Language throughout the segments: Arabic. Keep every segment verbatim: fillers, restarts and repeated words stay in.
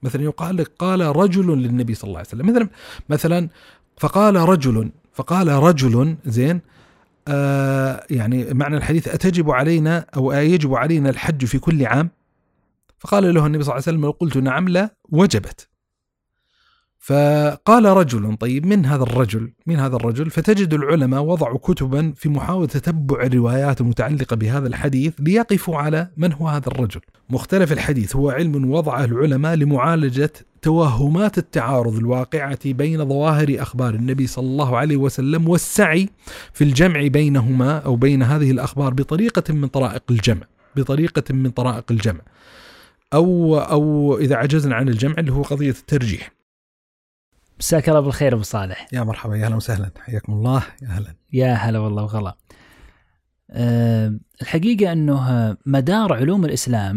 مثلا يقال لك قال رجل للنبي صلى الله عليه وسلم، مثلا مثلا فقال رجل فقال رجل زين آه يعني معنى الحديث أتجب علينا أو يجب علينا الحج في كل عام؟ فقال له النبي صلى الله عليه وسلم لو قلت نعم لا وجبت. فقال رجل، طيب من هذا الرجل؟ من هذا الرجل؟ فتجد العلماء وضعوا كتبا في محاولة تتبع الروايات المتعلقة بهذا الحديث ليقفوا على من هو هذا الرجل. مختلف الحديث هو علم وضعه العلماء لمعالجة توهمات التعارض الواقعة بين ظواهر أخبار النبي صلى الله عليه وسلم والسعي في الجمع بينهما أو بين هذه الأخبار بطريقة من طرائق الجمع بطريقة من طرائق الجمع أو أو إذا عجزنا عن الجمع اللي هو قضية الترجيح. مساك الله بالخير أبو صالح. يا مرحبا، يا أهلا وسهلا، حياكم الله. يا هلا يا هلا والله وغلا. أه الحقيقة أنه مدار علوم الإسلام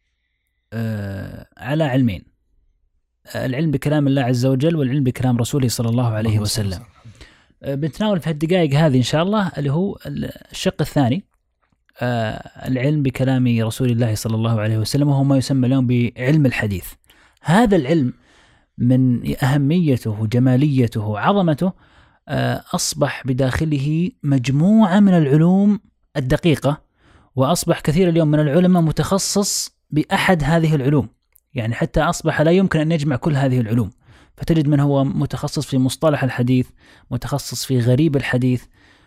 أه على علمين، العلم بكلام الله عز وجل والعلم بكلام رسوله صلى الله عليه وسلم. أه بنتناول في الدقائق هذه إن شاء الله اللي هو الشق الثاني، أه العلم بكلام رسول الله صلى الله عليه وسلم، وهو ما يسمى اليوم بعلم الحديث. هذا العلم من أهميته وجماليته وعظمته أصبح بداخله مجموعة من العلوم الدقيقة، وأصبح كثير اليوم من العلماء متخصص بأحد هذه العلوم، يعني حتى أصبح لا يمكن أن يجمع كل هذه العلوم. فتجد من هو متخصص في مصطلح الحديث، متخصص في غريب الحديث،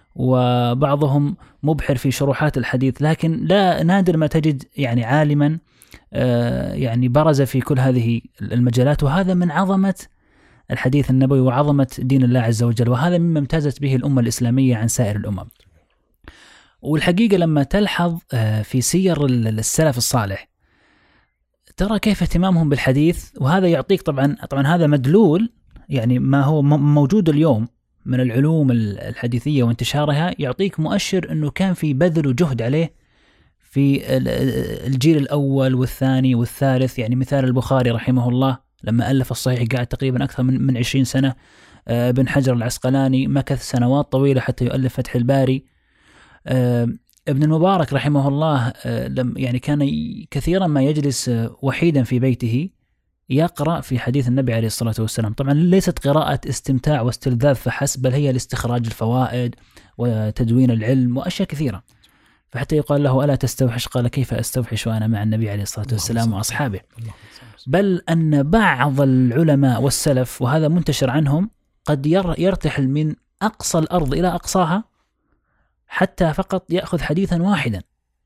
وبعضهم مبحر في شروحات الحديث، لكن لا نادر ما تجد يعني عالما يعني برز في كل هذه المجالات. وهذا من عظمة الحديث النبوي وعظمة دين الله عز وجل، وهذا مما امتازت به الأمة الإسلامية عن سائر الأمم. والحقيقة لما تلحظ في سير السلف الصالح ترى كيف اهتمامهم بالحديث، وهذا يعطيك طبعا طبعا هذا مدلول يعني ما هو موجود اليوم من العلوم الحديثية وانتشارها، يعطيك مؤشر أنه كان في بذل وجهد عليه في الجيل الأول والثاني والثالث. يعني مثال البخاري رحمه الله لما ألف الصحيح قاعد تقريبا أكثر من من عشرين سنة. ابن حجر العسقلاني مكث سنوات طويلة حتى يؤلف فتح الباري. ابن المبارك رحمه الله يعني كان كثيرا ما يجلس وحيدا في بيته يقرأ في حديث النبي عليه الصلاة والسلام. طبعا ليست قراءة استمتاع واستلذاذ فحسب، بل هي لاستخراج الفوائد وتدوين العلم وأشياء كثيرة. فحتى يقال له ألا تستوحش؟ قال كيف أستوحش وأنا مع النبي عليه الصلاة والسلام وأصحابه. بل أن بعض العلماء والسلف، وهذا منتشر عنهم، قد يرتحل من أقصى الأرض إلى أقصاها حتى فقط يأخذ حديثا واحدا.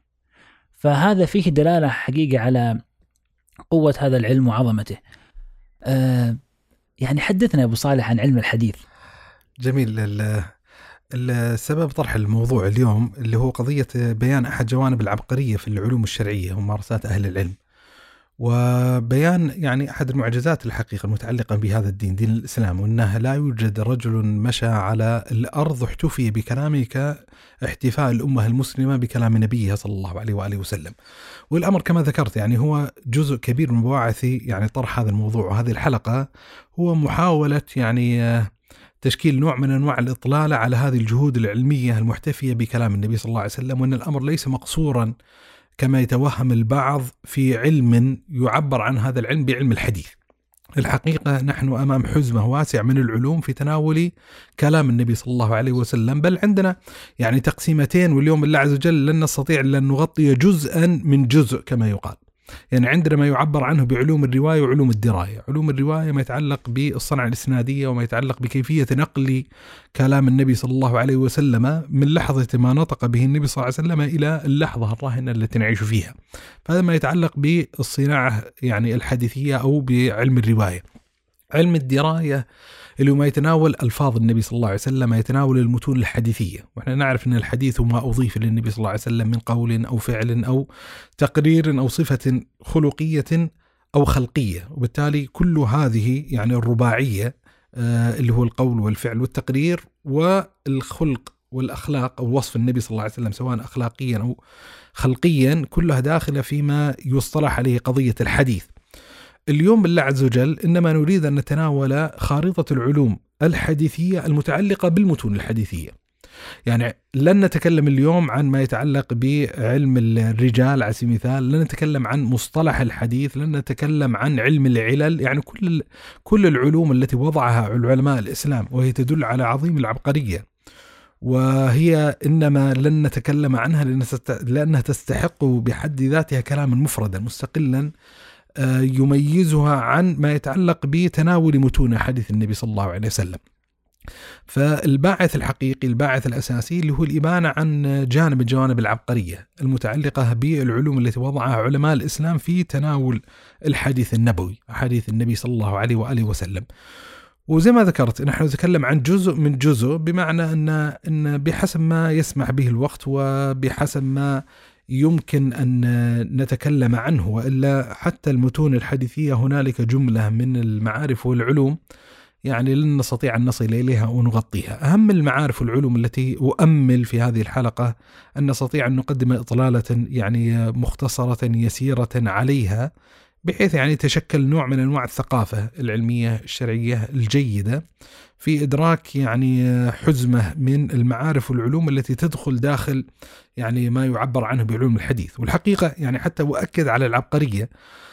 فهذا فيه دلالة حقيقة على قوة هذا العلم وعظمته. آه يعني حدثنا أبو صالح عن علم الحديث. جميل. السبب طرح الموضوع اليوم اللي هو قضية بيان أحد جوانب العبقرية في العلوم الشرعية وممارسات أهل العلم، وبيان يعني أحد المعجزات الحقيقة المتعلقة بهذا الدين، دين الإسلام، وأنه لا يوجد رجل مشى على الأرض احتفي بكلامه كاحتفاء الأمة المسلمة بكلام نبيها صلى الله عليه وآله وسلم. والأمر كما ذكرت يعني هو جزء كبير من مباعثي يعني طرح هذا الموضوع وهذه الحلقة هو محاولة يعني تشكيل نوع من أنواع الإطلالة على هذه الجهود العلمية المحتفية بكلام النبي صلى الله عليه وسلم، وأن الأمر ليس مقصورا كما يتوهم البعض في علم يعبر عن هذا العلم بعلم الحديث. الحقيقة نحن أمام حزمة واسع من العلوم في تناول كلام النبي صلى الله عليه وسلم، بل عندنا يعني تقسيمتين، واليوم الله عز وجل لن نستطيع لن نغطي جزءا من جزء كما يقال. يعني عندنا ما يعبر عنه بعلوم الرواية وعلوم الدراية. علوم الرواية ما يتعلق بالصنعة الإسنادية وما يتعلق بكيفية نقل كلام النبي صلى الله عليه وسلم من لحظة ما نطق به النبي صلى الله عليه وسلم إلى اللحظة الراهنة التي نعيش فيها. فهذا ما يتعلق بالصناعة يعني الحديثية أو بعلم الرواية. علم الدراية اللي ما يتناول ألفاظ النبي صلى الله عليه وسلم، ما يتناول المتون الحديثية، وإحنا نعرف أن الحديث ما أضيف للنبي صلى الله عليه وسلم من قول أو فعل أو تقرير أو صفة خلقية أو خلقية، وبالتالي كل هذه يعني الرباعية آه اللي هو القول والفعل والتقرير والخلق والأخلاق أو وصف النبي صلى الله عليه وسلم سواء أخلاقيا أو خلقيا، كلها داخلة فيما يصطلح عليه قضية الحديث. اليوم بالله عز وجل إنما نريد أن نتناول خارطة العلوم الحديثية المتعلقة بالمتون الحديثية. يعني لن نتكلم اليوم عن ما يتعلق بعلم الرجال على سبيل المثال، لن نتكلم عن مصطلح الحديث، لن نتكلم عن علم العلل، يعني كل كل العلوم التي وضعها علماء الإسلام وهي تدل على عظيم العبقرية، وهي إنما لن نتكلم عنها لأنها تستحق بحد ذاتها كلاما مفردا مستقلا يميزها عن ما يتعلق بتناول متون حديث النبي صلى الله عليه وسلم. فالباعث الحقيقي، الباعث الأساسي، اللي هو الإبانة عن جانب الجوانب العبقرية المتعلقة بالعلوم التي وضعها علماء الإسلام في تناول الحديث النبوي، حديث النبي صلى الله عليه وآله وسلم. وزي ما ذكرت نحن نتكلم عن جزء من جزء، بمعنى أن أن بحسب ما يسمح به الوقت وبحسب ما يمكن أن نتكلم عنه، وإلا حتى المتون الحديثية هنالك جملة من المعارف والعلوم يعني لن نستطيع أن نصل إليها ونغطيها. أهم المعارف والعلوم التي أؤمل في هذه الحلقة أن نستطيع أن نقدم إطلالة يعني مختصرة يسيرة عليها، بحيث يعني تشكل نوع من أنواع الثقافة العلمية الشرعية الجيدة في إدراك يعني حزمة من المعارف والعلوم التي تدخل داخل يعني ما يعبر عنه بعلوم الحديث. والحقيقة يعني حتى أؤكد على العبقرية،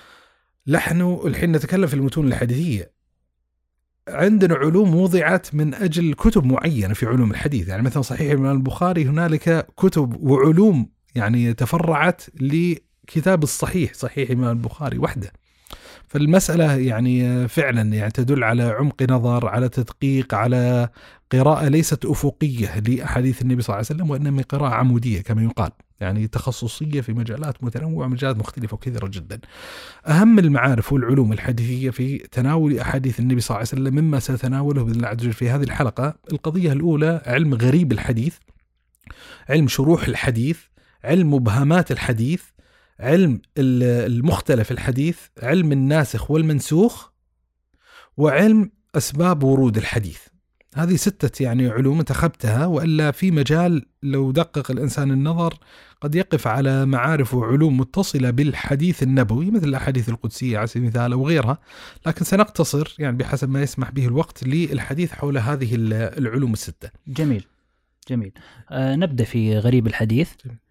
نحن الحين نتكلم في المتون الحديثية، عندنا علوم وضعت من أجل كتب معينة في علوم الحديث، يعني مثلا صحيح الإمام البخاري هنالك كتب وعلوم يعني تفرعت لكتاب الصحيح، صحيح الإمام البخاري وحده. فالمسألة يعني فعلا يعني تدل على عمق نظر، على تدقيق، على قراءة ليست أفقية لأحاديث النبي صلى الله عليه وسلم، وإنما قراءة عمودية كما يقال، يعني تخصصية في مجالات متنوعة، مجالات مختلفة وكثيرة جدا. أهم المعارف والعلوم الحديثية في تناول أحاديث النبي صلى الله عليه وسلم مما سنتناوله بإذن الله عز وجل في هذه الحلقة: القضية الأولى علم غريب الحديث، علم شروح الحديث، علم مبهمات الحديث، علم المختلف الحديث، علم الناسخ والمنسوخ، وعلم أسباب ورود الحديث. هذه ستة يعني علوم انتخبتها، وإلا في مجال لو دقق الإنسان النظر قد يقف على معارف وعلوم متصلة بالحديث النبوي مثل الأحاديث القدسية على سبيل المثال أو غيرها، لكن سنقتصر يعني بحسب ما يسمح به الوقت للحديث حول هذه العلوم الستة. جميل جميل. آه نبدأ في غريب الحديث.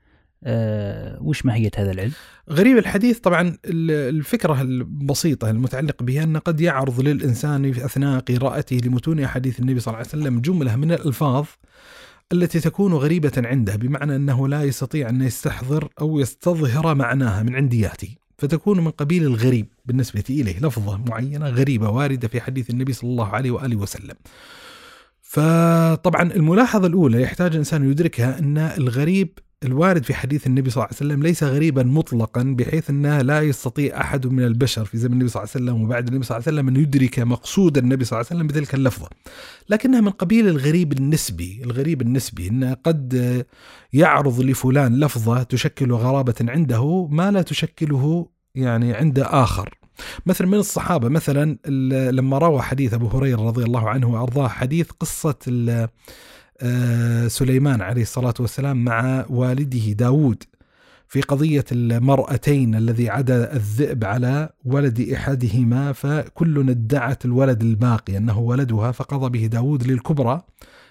أه وش ماهية هذا العلم؟ غريب الحديث طبعا الفكرة البسيطة المتعلق بها أن قد يعرض للإنسان في أثناء قراءته لمتون أحاديث النبي صلى الله عليه وسلم جملة من الألفاظ التي تكون غريبة عنده، بمعنى أنه لا يستطيع أن يستحضر أو يستظهر معناها من عندياته، فتكون من قبيل الغريب بالنسبة إليه، لفظة معينة غريبة واردة في حديث النبي صلى الله عليه وآله وسلم. فطبعا الملاحظة الأولى يحتاج الإنسان يدركها أن الغريب الوارد في حديث النبي صلى الله عليه وسلم ليس غريبا مطلقا، بحيث أنه لا يستطيع أحد من البشر في زمن النبي صلى الله عليه وسلم وبعد النبي صلى الله عليه وسلم أن يدرك مقصود النبي صلى الله عليه وسلم بتلك اللفظة، لكنها من قبيل الغريب النسبي. الغريب النسبي أنه قد يعرض لفلان لفظة تشكل غرابة عنده ما لا تشكله يعني عند آخر. مثل من الصحابة مثلا لما روى حديث أبو هريرة رضي الله عنه وأرضاه، حديث قصة سليمان عليه الصلاة والسلام مع والده داود في قضية المرأتين الذي عدا الذئب على ولد إحدهما، فكل ادعت الولد الباقي أنه ولدها، فقضى به داود للكبرى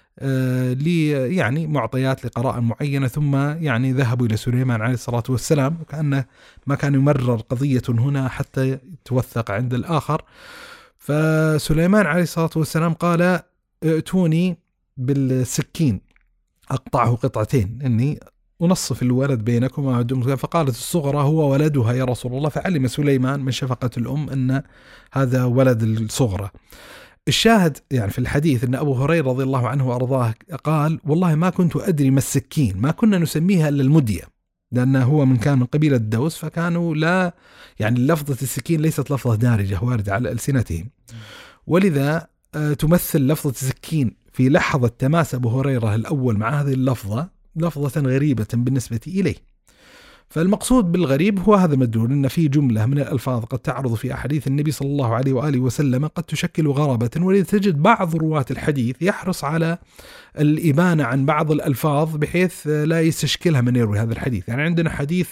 لي يعني معطيات لقراءة معينة، ثم يعني ذهبوا إلى سليمان عليه الصلاة والسلام، وكأنه ما كان يمرر قضية هنا حتى توثق عند الآخر. فسليمان عليه الصلاة والسلام قال: ائتوني بالسكين أقطعه قطعتين إني أنصف الولد بينكما. فقالت الصغرى: هو ولدها يا رسول الله. فعلم سليمان من شفقة الأم أن هذا ولد الصغرى. الشاهد يعني في الحديث أن أبو هريرة رضي الله عنه وأرضاه قال: والله ما كنت أدري ما السكين، ما كنا نسميها إلا المدية، لأنه هو من كان من قبيلة الدوس، فكانوا لا يعني لفظة السكين ليست لفظة دارجة واردة على ألسنتهم، ولذا تمثل لفظة السكين في لحظة تماس أبو هريرة الأول مع هذه اللفظة لفظة غريبة بالنسبة إليه. فالمقصود بالغريب هو هذا المدلول، أن في جملة من الألفاظ قد تعرض في أحاديث النبي صلى الله عليه وآله وسلم قد تشكل غرابة، ولذا تجد بعض رواة الحديث يحرص على الإبانة عن بعض الألفاظ بحيث لا يستشكلها من يروي هذا الحديث. يعني عندنا حديث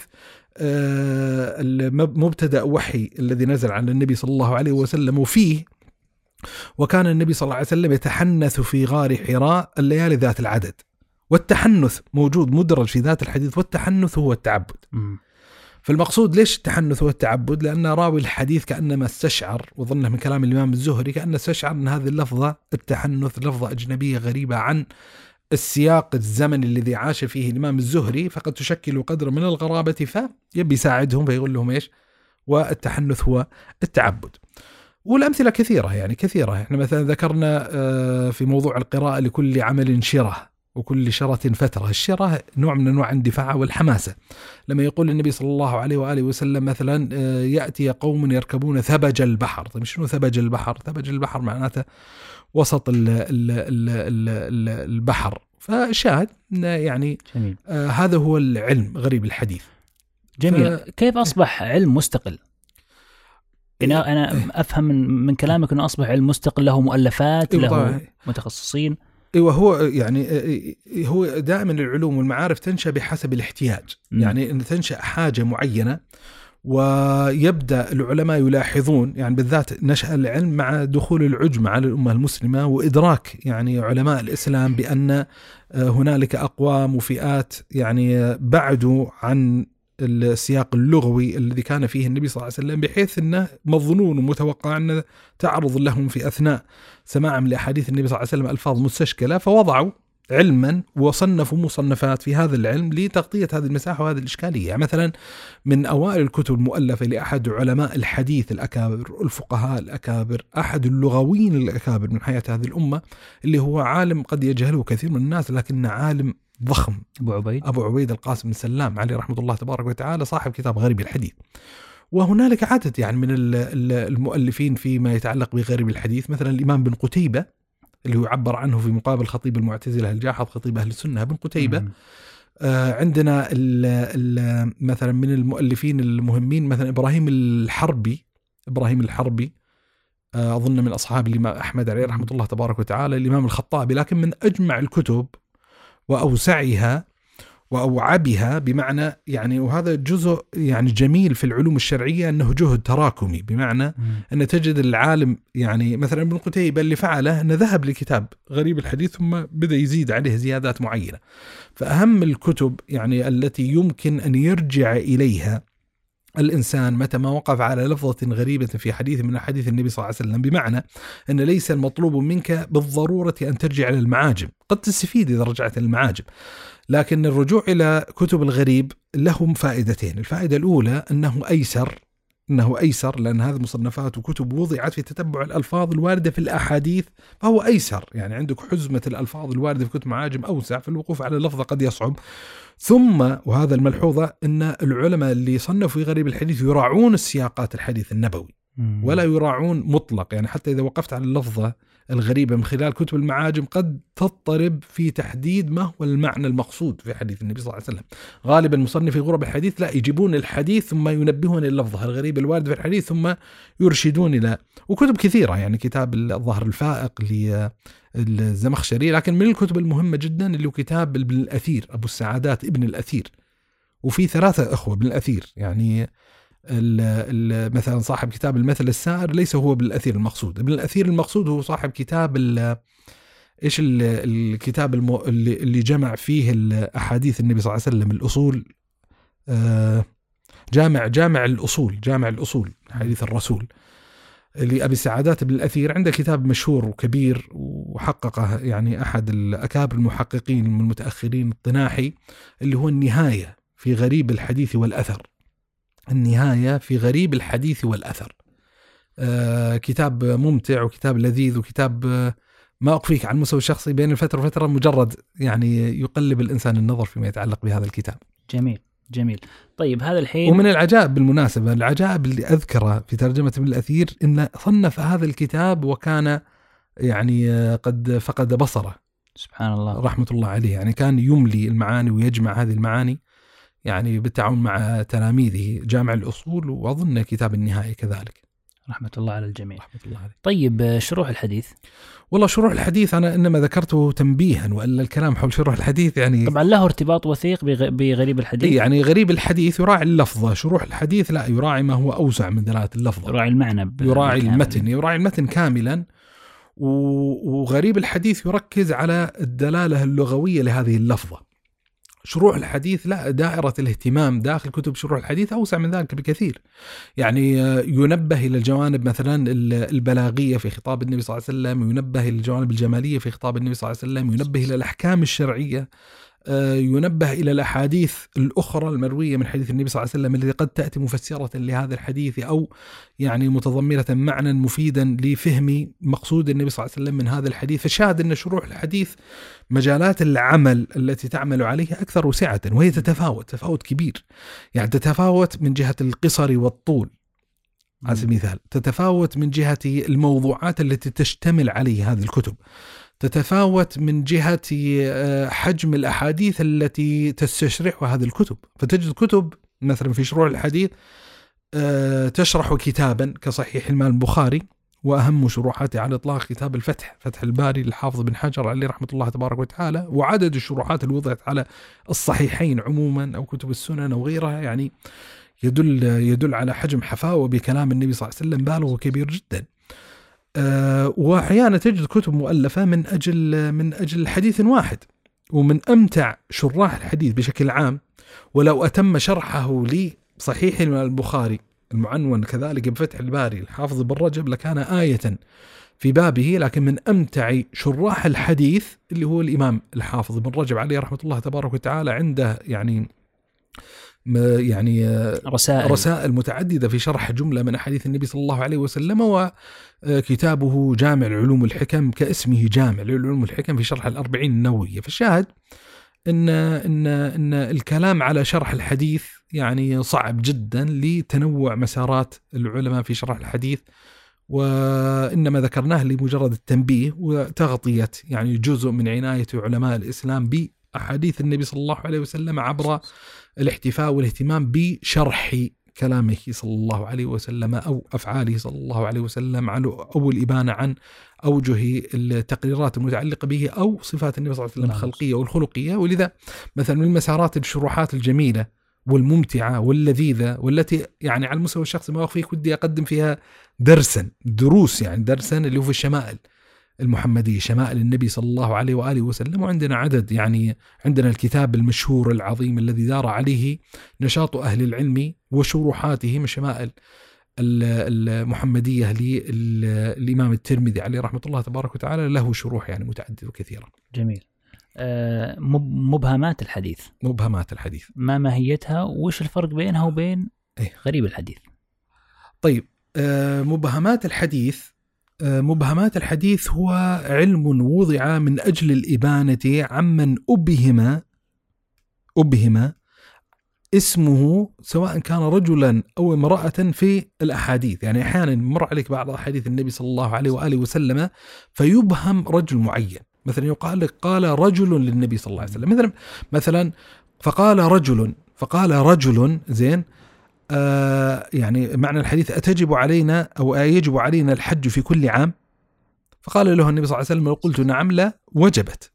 مبتدأ وحي الذي نزل على النبي صلى الله عليه وسلم، وفيه: وكان النبي صلى الله عليه وسلم يتحنث في غار حراء الليالي ذات العدد، والتحنث موجود مدرج في ذات الحديث، والتحنث هو التعبد. م. فالمقصود ليش التحنث هو التعبد؟ لأن راوي الحديث كأنما استشعر، وظنه من كلام الإمام الزهري، كأنه استشعر أن هذه اللفظة التحنث لفظة أجنبية غريبة عن السياق الزمني الذي عاش فيه الإمام الزهري، فقد تشكل قدر من الغرابة، فيبي يساعدهم فيقول لهم إيش؟ والتحنث هو التعبد. والأمثلة كثيرة يعني كثيرة. إحنا مثلا ذكرنا في موضوع القراءة لكل عمل شرة وكل شرة فترة. الشرة نوع من أنواع الاندفاع والحماسة. لما يقول النبي صلى الله عليه وآله وسلم مثلا يأتي قوم يركبون ثبج البحر. طيب شنو ثبج البحر؟ ثبج البحر معناته وسط ال ال ال ال البحر. فالشاهد يعني آه هذا هو العلم غريب الحديث. جميل. ف... كيف أصبح علم مستقل؟ أنا أنا أفهم من, من كلامك أنه أصبح علم مستقل، له مؤلفات، له متخصصين. ايوه هو يعني هو دائما العلوم والمعارف تنشأ بحسب الاحتياج. م. يعني ان تنشأ حاجه معينه، ويبدا العلماء يلاحظون، يعني بالذات نشأ العلم مع دخول العجم على الامه المسلمه، وادراك يعني علماء الاسلام بان هنالك اقوام وفئات يعني بعدوا عن السياق اللغوي الذي كان فيه النبي صلى الله عليه وسلم، بحيث أنه مظنون ومتوقع أن تعرض لهم في أثناء سماعهم لأحاديث النبي صلى الله عليه وسلم ألفاظ مستشكلة، فوضعوا علما وصنفوا مصنفات في هذا العلم لتغطية هذه المساحة وهذه الإشكالية. يعني مثلا من أوائل الكتب المؤلفة لأحد علماء الحديث الأكابر، الفقهاء الأكابر، أحد اللغويين الأكابر من حياة هذه الأمة، اللي هو عالم قد يجهله كثير من الناس لكنه عالم ضخم، أبو عبيد أبو عبيد القاسم بن سلام عليه رحمة الله تبارك وتعالى، صاحب كتاب غريب الحديث. وهنالك عدد يعني من المؤلفين فيما يتعلق بغريب الحديث، مثلا الإمام بن قتيبة اللي هو يعبر عنه في مقابل خطيب المعتزلة الجاحظ خطيب أهل السنة بن قتيبة. آه عندنا ال ال مثلا من المؤلفين المهمين مثلا إبراهيم الحربي، إبراهيم الحربي آه أظن من أصحاب الإمام أحمد عليه رحمة الله تبارك وتعالى. الإمام الخطابي، لكن من أجمع الكتب وأوسعها وأوعبها، بمعنى يعني وهذا جزء يعني جميل في العلوم الشرعية أنه جهد تراكمي، بمعنى أن تجد العالم يعني مثلا ابن قتيبة اللي فعله أنه ذهب لكتاب غريب الحديث ثم بدأ يزيد عليه زيادات معينة. فأهم الكتب يعني التي يمكن أن يرجع إليها الإنسان متى ما وقف على لفظة غريبة في حديث من حديث النبي صلى الله عليه وسلم، بمعنى أن ليس المطلوب منك بالضرورة أن ترجع إلى المعاجم، قد تستفيد إذا رجعت إلى المعاجم، لكن الرجوع إلى كتب الغريب لهم فائدتين. الفائدة الأولى أنه أيسر، أنه أيسر لأن هذه مصنفات وكتب وضعت في تتبع الألفاظ الواردة في الأحاديث، فهو أيسر. يعني عندك حزمة الألفاظ الواردة في كتب معاجم أوسع، في الوقوف على اللفظة قد يصعب. ثم وهذا الملحوظة أن العلماء اللي صنفوا في غريب الحديث يراعون السياقات الحديث النبوي ولا يراعون مطلق. يعني حتى إذا وقفت على اللفظة الغريبة من خلال كتب المعاجم قد تضطرب في تحديد ما هو المعنى المقصود في حديث النبي صلى الله عليه وسلم. غالبا المصنف في غرب الحديث لا، يجيبون الحديث ثم ينبهون اللفظة الغريبة الواردة في الحديث ثم يرشدون إلى، وكتب كثيرة يعني كتاب الظهر الفائق للزمخشري. لكن من الكتب المهمة جدا اللي هو كتاب ابن الأثير، أبو السعادات ابن الأثير، وفي ثلاثة أخوة ابن الأثير. يعني ال ال مثلا صاحب كتاب المثل السائر ليس هو ابن الأثير المقصود، ابن الأثير المقصود هو صاحب كتاب ال إيش ال الكتاب المو اللي, اللي جمع فيه الأحاديث النبي صلى الله عليه وسلم، الأصول، آه جامع جامع الأصول جامع الأصول حديث الرسول اللي أبي السعادات ابن الأثير. عنده كتاب مشهور وكبير وحققه يعني أحد الأكابر المحققين من المتأخرين الطناحي، اللي هو النهاية في غريب الحديث والأثر. النهاية في غريب الحديث والأثر، آه كتاب ممتع وكتاب لذيذ وكتاب آه ما أخفيك عن المستوى الشخصي بين الفترة وفترة مجرد يعني يقلب الإنسان النظر فيما يتعلق بهذا الكتاب. جميل جميل. طيب هذا الحين، ومن العجائب بالمناسبة، العجائب اللي أذكره في ترجمة ابن الأثير إن صنف هذا الكتاب وكان يعني آه قد فقد بصره، سبحان الله رحمة الله عليه. يعني كان يملي المعاني ويجمع هذه المعاني يعني بالتعاون مع تلاميذه، جامع الأصول وأظن كتاب النهاية كذلك، رحمة الله على الجميع. رحمة الله عليه. طيب شروح الحديث، والله شروح الحديث أنا إنما ذكرته تنبيها، وإلا الكلام حول شروح الحديث يعني طبعا له ارتباط وثيق بغريب الحديث. يعني غريب الحديث يراعي اللفظة، شروح الحديث لا، يراعي ما هو أوسع من دلالة اللفظة، يراعي المعنى، يراعي المتن، يراعي المتن كاملا. وغريب الحديث يركز على الدلالة اللغوية لهذه اللفظة. شروح الحديث لا، دائرة الاهتمام داخل كتب شروح الحديث أوسع من ذلك بكثير. يعني ينبه إلى الجوانب مثلا البلاغية في خطاب النبي صلى الله عليه وسلم، ينبه إلى الجوانب الجمالية في خطاب النبي صلى الله عليه وسلم، ينبه إلى الأحكام الشرعية، ينبه إلى الأحاديث الأخرى المروية من حديث النبي صلى الله عليه وسلم التي قد تأتي مفسرة لهذا الحديث، أو يعني متضمنة معنى مفيدا لفهم مقصود النبي صلى الله عليه وسلم من هذا الحديث. فشاهد أن شروح الحديث مجالات العمل التي تعمل عليها أكثر وسعة، وهي تتفاوت تفاوت كبير. يعني تتفاوت من جهة القصر والطول على سبيل المثال، تتفاوت من جهة الموضوعات التي تشتمل عليه هذه الكتب، تتفاوت من جهة حجم الأحاديث التي تستشرحها هذه الكتب. فتجد كتب مثلا في شروح الحديث تشرح كتابا كصحيح الإمام البخاري، وأهم شروحاته على الإطلاق كتاب الفتح، فتح الباري للحافظ بن حجر عليه رحمة الله تبارك وتعالى، وعدد الشروحات اللي وضعت على الصحيحين عموما أو كتب السنن أو غيرها يعني يدل يدل على حجم حفاوة بكلام النبي صلى الله عليه وسلم بالغ وكبير جدا. أه وأحيانا تجد كتب مؤلفة من أجل من أجل حديث واحد. ومن أمتع شراح الحديث بشكل عام، ولو أتم شرحه لصحيح البخاري المعنون كذلك بفتح الباري الحافظ بن رجب لكان آية في بابه، لكن من أمتع شراح الحديث اللي هو الإمام الحافظ بن رجب عليه رحمة الله تبارك وتعالى، عنده يعني يعني رسائل. رسائل متعددة في شرح جملة من أحاديث النبي صلى الله عليه وسلم، وكتابه جامع العلوم والحكم كاسمه جامع العلوم والحكم في شرح الأربعين النووية. فالشاهد إن, إن, إن الكلام على شرح الحديث يعني صعب جدا لتنوع مسارات العلماء في شرح الحديث، وإنما ذكرناه لمجرد التنبيه وتغطية يعني جزء من عناية علماء الإسلام بأحاديث النبي صلى الله عليه وسلم عبر الاحتفاء والاهتمام بشرح كلامه صلى الله عليه وسلم أو أفعاله صلى الله عليه وسلم، أو الإبانة عن أوجه التقريرات المتعلقة به أو صفات النبي صلى الله عليه وسلم الخلقية والخلقية. ولذا مثلا من المسارات الشروحات الجميلة والممتعة واللذيذة والتي يعني على المستوى الشخصي ما أخفيك ودي أقدم فيها درسا دروس يعني درسا اللي هو في الشمائل المحمدية، شمائل النبي صلى الله عليه وآله وسلم. وعندنا عدد يعني عندنا الكتاب المشهور العظيم الذي دار عليه نشاط أهل العلم وشروحاته من شمائل المحمدية للإمام الترمذي عليه رحمة الله تبارك وتعالى، له شروح يعني متعددة وكثيرة. جميل. أه مبهمات الحديث مبهمات الحديث ما ماهيتها وش الفرق بينها وبين إيه؟ غريب الحديث. طيب أه مبهمات الحديث مبهمات الحديث هو علم وضع من أجل الإبانة عمن أبهم أبهم اسمه سواء كان رجلا أو امرأة في الأحاديث. يعني أحيانا مر عليك بعض أحاديث النبي صلى الله عليه وآله وسلم فيبهم رجل معين، مثلا يقال لك قال رجل للنبي صلى الله عليه وسلم، مثلا مثلا فقال رجل فقال رجل زين آه يعني معنى الحديث أتجب علينا أو يجب علينا الحج في كل عام؟ فقال له النبي صلى الله عليه وسلم لو قلت نعم لا وجبت.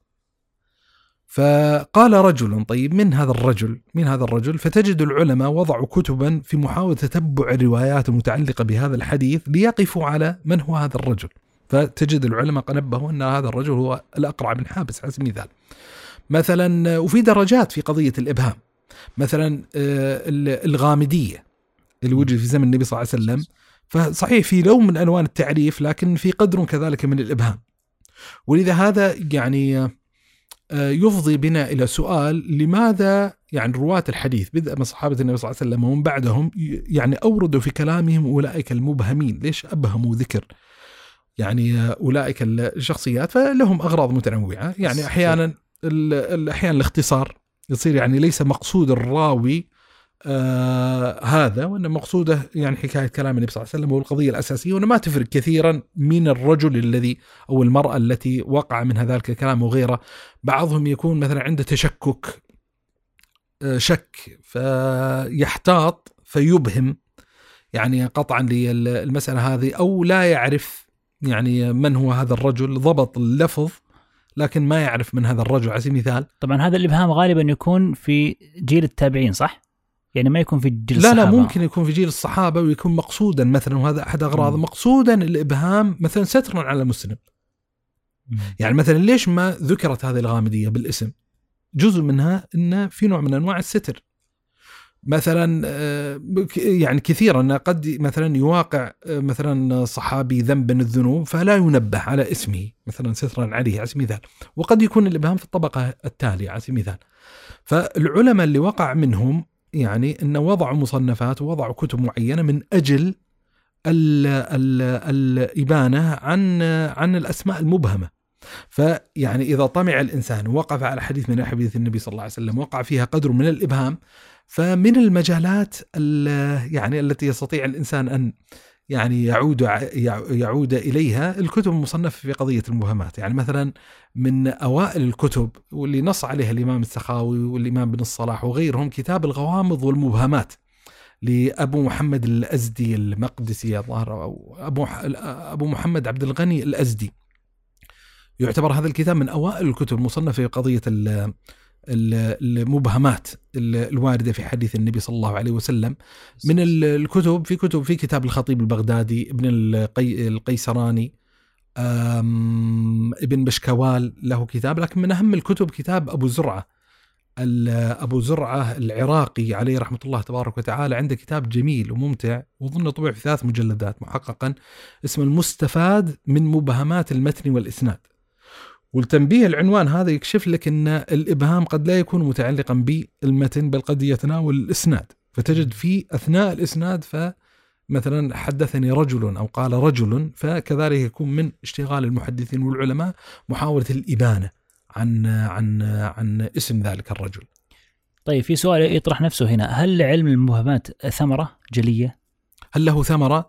فقال رجل، طيب من هذا الرجل؟ من هذا الرجل؟ فتجد العلماء وضعوا كتبا في محاولة تتبع الروايات المتعلقة بهذا الحديث ليقفوا على من هو هذا الرجل. فتجد العلماء قنبهوا أن هذا الرجل هو الأقرع بن حابس على سبيل المثال مثلا. وفي درجات في قضية الإبهام، مثلا الغامدية اللي وجد في زمن النبي صلى الله عليه وسلم، فصحيح في لون من ألوان التعريف لكن في قدر كذلك من الإبهام. ولذا هذا يعني يفضي بنا إلى سؤال، لماذا يعني رواة الحديث بدءا من صحابة النبي صلى الله عليه وسلم ومن بعدهم يعني أوردوا في كلامهم أولئك المبهمين؟ ليش أبهموا ذكر يعني أولئك الشخصيات؟ فلهم أغراض متنوعة. يعني أحيانا أحيانا الاختصار يصير يعني ليس مقصود الراوي آه هذا، وأن مقصوده يعني حكاية كلام النبي صلى الله عليه وسلم والقضية الأساسية، وأنه ما تفرق كثيرا من الرجل الذي أو المرأة التي وقع منها ذلك الكلام وغيره. بعضهم يكون مثلا عنده تشكك آه شك فيحتاط فيبهم يعني قطعا للمسألة هذه، أو لا يعرف يعني من هو هذا الرجل، ضبط اللفظ لكن ما يعرف من هذا الرجل على سبيل المثال. طبعا هذا الإبهام غالبا يكون في جيل التابعين صح؟ يعني ما يكون في جيل لا الصحابة. لا ممكن يكون في جيل الصحابة ويكون مقصودا مثلا، وهذا أحد أغراض مقصودا الإبهام مثلا سترا على مسلم يعني مثلا ليش ما ذكرت هذه الغامدية بالاسم؟ جزء منها إن في نوع من أنواع الستر. مثلا يعني كثيرا قد مثلا يواقع مثلا صحابي ذنب من الذنوب فلا ينبه على اسمه مثلا سترا عليه على سبيل المثال، وقد يكون الإبهام في الطبقة التالية على سبيل المثال. فالعلماء اللي وقع منهم يعني أن وضعوا مصنفات ووضعوا كتب معينة من أجل ال ال الإبانة عن عن الأسماء المبهمة. فيعني إذا طمع الإنسان ووقف على حديث من حديث النبي صلى الله عليه وسلم وقع فيها قدر من الإبهام، فمن المجالات يعني التي يستطيع الإنسان أن يعني يعود يعود إليها الكتب المصنفة في قضية المبهمات. يعني مثلا من أوائل الكتب واللي نص عليها الإمام السخاوي والإمام بن الصلاح وغيرهم كتاب الغوامض والمبهمات لأبو محمد الأزدي المقدسي الظاهر، أو أبو أبو محمد عبد الغني الأزدي. يعتبر هذا الكتاب من أوائل الكتب المصنفة في قضية المبهمات الواردة في حديث النبي صلى الله عليه وسلم. من الكتب في كتب في كتاب الخطيب البغدادي، ابن القي القيسراني، ابن بشكوال له كتاب. لكن من أهم الكتب كتاب أبو زرعة أبو زرعة العراقي عليه رحمة الله تبارك وتعالى، عنده كتاب جميل وممتع وظن طبع في ثلاث مجلدات محققا اسمه المستفاد من مبهمات المتن والإسناد. والتنبيه العنوان هذا يكشف لك أن الإبهام قد لا يكون متعلقا بالمتن بل قد يتناول الإسناد، فتجد في أثناء الإسناد فمثلا حدثني رجل أو قال رجل، فكذلك يكون من اشتغال المحدثين والعلماء محاولة الإبانة عن عن عن اسم ذلك الرجل. طيب في سؤال يطرح نفسه هنا، هل علم المبهمات ثمرة جلية؟ هل له ثمرة؟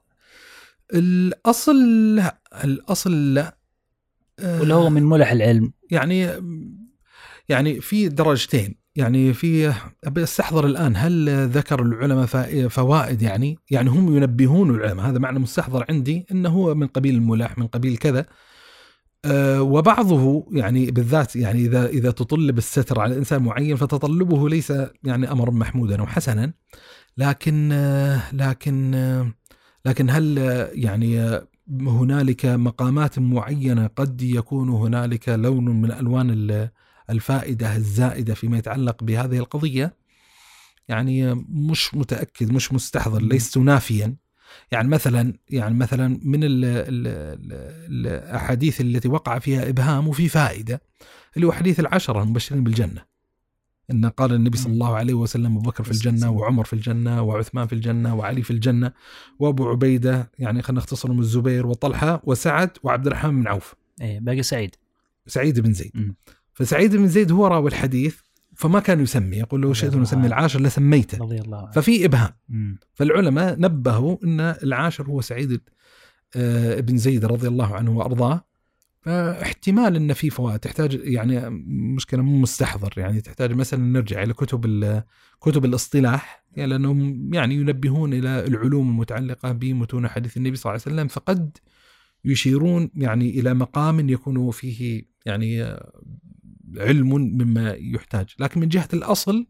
الأصل لا، الأصل لا، ولا هو من ملح العلم؟ يعني يعني في درجتين. يعني في استحضر الآن هل ذكر العلماء فوائد؟ يعني يعني هم ينبهون العلماء، هذا معنى مستحضر عندي أنه هو من قبيل الملح من قبيل كذا. أه وبعضه يعني بالذات يعني إذا إذا تطلب الستر على إنسان معين فتطلبه ليس يعني أمر محمودا أو حسنا، لكن لكن لكن هل يعني هنالك مقامات معينة قد يكون هنالك لون من ألوان الفائدة الزائدة فيما يتعلق بهذه القضية؟ يعني مش متأكد، مش مستحضر، ليس نافيا. يعني مثلا يعني مثلا من ال ال ال الأحاديث التي وقع فيها إبهام وفي فائدة اللي هو حديث العشرة المبشرين بالجنة، إن قال النبي صلى الله عليه وسلم أبو بكر في الجنة وعمر في الجنة وعثمان في الجنة وعلي في الجنة وأبو عبيدة، يعني خلينا نختصر من الزبير وطلحة وسعد وعبد الرحمن بن عوف. إيه باقي سعيد سعيد بن زيد. م. فسعيد بن زيد هو راوي الحديث، فما كان يسمي، يقول له شئت نسمي العاشر لسميته، رضي الله عنه. ففي إبهام. م. فالعلماء نبهوا أن العاشر هو سعيد بن زيد رضي الله عنه وأرضاه، فاحتمال أن في فوائد تحتاج يعني مشكلة مو مستحضر، يعني تحتاج مثلا نرجع إلى كتب كتب الاصطلاح، يعني لأنهم يعني ينبهون إلى العلوم المتعلقة بمتون حديث النبي صلى الله عليه وسلم، فقد يشيرون يعني إلى مقام يكون فيه يعني علم مما يحتاج. لكن من جهة الأصل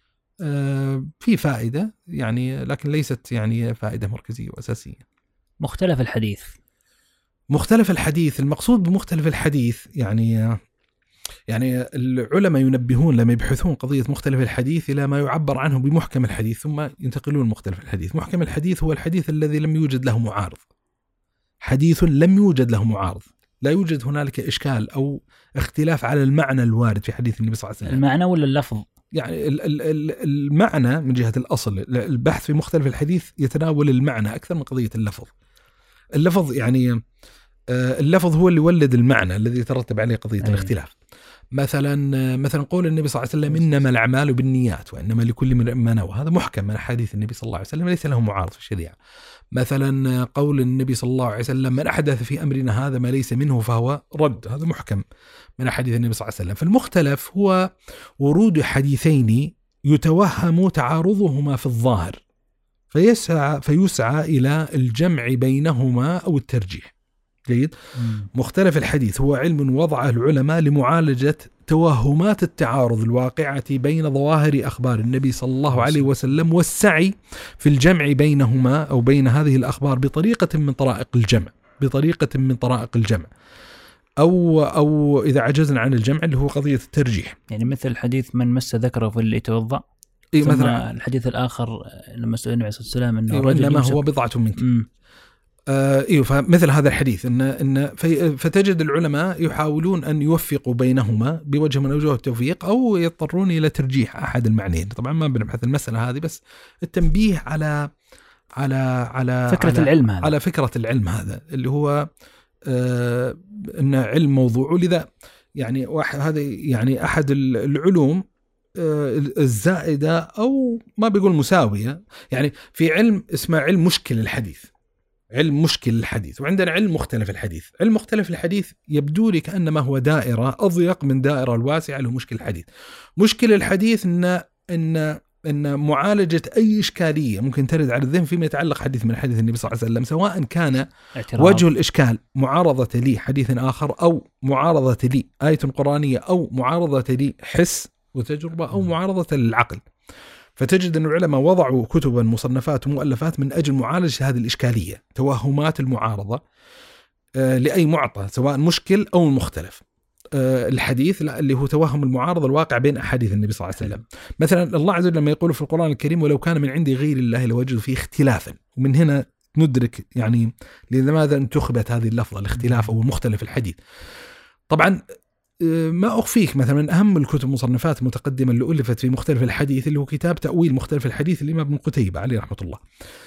في فائدة يعني، لكن ليست يعني فائدة مركزية وأساسية. مختلف الحديث مختلف الحديث، المقصود بمختلف الحديث يعني يعني العلماء ينبهون لما يبحثون قضية مختلف الحديث إلى ما يعبر عنه بمحكم الحديث، ثم ينتقلون مختلف الحديث. محكم الحديث هو الحديث الذي لم يوجد له معارض، حديث لم يوجد له معارض، لا يوجد هنالك إشكال أو اختلاف على المعنى الوارد في حديث النبي صلى الله عليه وسلم. المعنى ولا اللفظ؟ يعني المعنى من جهة الأصل، البحث في مختلف الحديث يتناول المعنى أكثر من قضية اللفظ. اللفظ يعني اللفظ هو اللي يولد المعنى الذي يترتب عليه قضية أيه. الاختلاف. مثلا مثلا قول النبي صلى الله عليه وسلم إنما الأعمال بالنيات وإنما لكل امرئ ما نوى، هذا محكم من حديث النبي صلى الله عليه وسلم ليس له معارض في الشريعة. مثلا قول النبي صلى الله عليه وسلم من أحدث في أمرنا هذا ما ليس منه فهو رد، هذا محكم من حديث النبي صلى الله عليه وسلم. فالمختلف هو ورود حديثين يتوهم تعارضهما في الظاهر فيسعى فيسعى إلى الجمع بينهما أو الترجيح. جيد. مختلف الحديث هو علم وضعه العلماء لمعالجة توهمات التعارض الواقعة بين ظواهر أخبار النبي صلى الله عليه وسلم والسعي في الجمع بينهما أو بين هذه الأخبار بطريقة من طرائق الجمع بطريقة من طرائق الجمع أو أو إذا عجزنا عن الجمع اللي هو قضية الترجيح. يعني مثل حديث من مس ذكره فليتوضأ. إيه ثم مثلا الحديث الآخر لما سئل النبي صلى الله عليه وسلم إنه إيه رجل إنما يمسك هو بضعة منك. مم. آه إيه فمثل هذا الحديث إن إن في- فتجد العلماء يحاولون أن يوفقوا بينهما بوجه من أوجه التوفيق، أو يضطرون إلى ترجيح أحد المعنيين. طبعا ما بنبحث المسألة هذه، بس التنبيه على على على فكرة على العلم هذا. على فكرة العلم هذا اللي هو آه إن علم موضوع. ولذا يعني واحد هذا يعني أحد العلوم آه الزائدة أو ما بيقول مساوية. يعني في علم اسمه علم مشكل الحديث، علم مشكل الحديث، وعندنا علم مختلف الحديث. علم مختلف الحديث يبدو لي كأنما هو دائرة أضيق من دائرة الواسعة اللي هو مشكل الحديث. مشكل الحديث إن إن إن معالجة أي إشكالية ممكن ترد على الذهن فيما يتعلق حديث من حديث النبي صلى الله عليه وسلم، سواء كان اعتراض. وجه الإشكال معارضة لي حديث آخر، أو معارضة لي آية قرآنية، أو معارضة لي حس وتجربة، أو معارضة للعقل. فتجد أن العلماء وضعوا كتبا مصنفات ومؤلفات من أجل معالجة هذه الإشكالية، توهمات المعارضة آه لأي معطى سواء مشكل أو مختلف. آه الحديث لا اللي هو توهم المعارضة الواقع بين أحاديث النبي صلى الله عليه وسلم. مثلا الله عز وجل لما يقول في القرآن الكريم ولو كان من عند غير الله لوجدوا فيه اختلافا، ومن هنا ندرك يعني لماذا انتخبت هذه اللفظة الاختلاف أو المختلف الحديث. طبعا ما أخفيك مثلا من أهم الكتب المصنفات المتقدمة اللي ألفت في مختلف الحديث اللي هو كتاب تأويل مختلف الحديث للإمام ابن قتيبة عليه رحمة الله.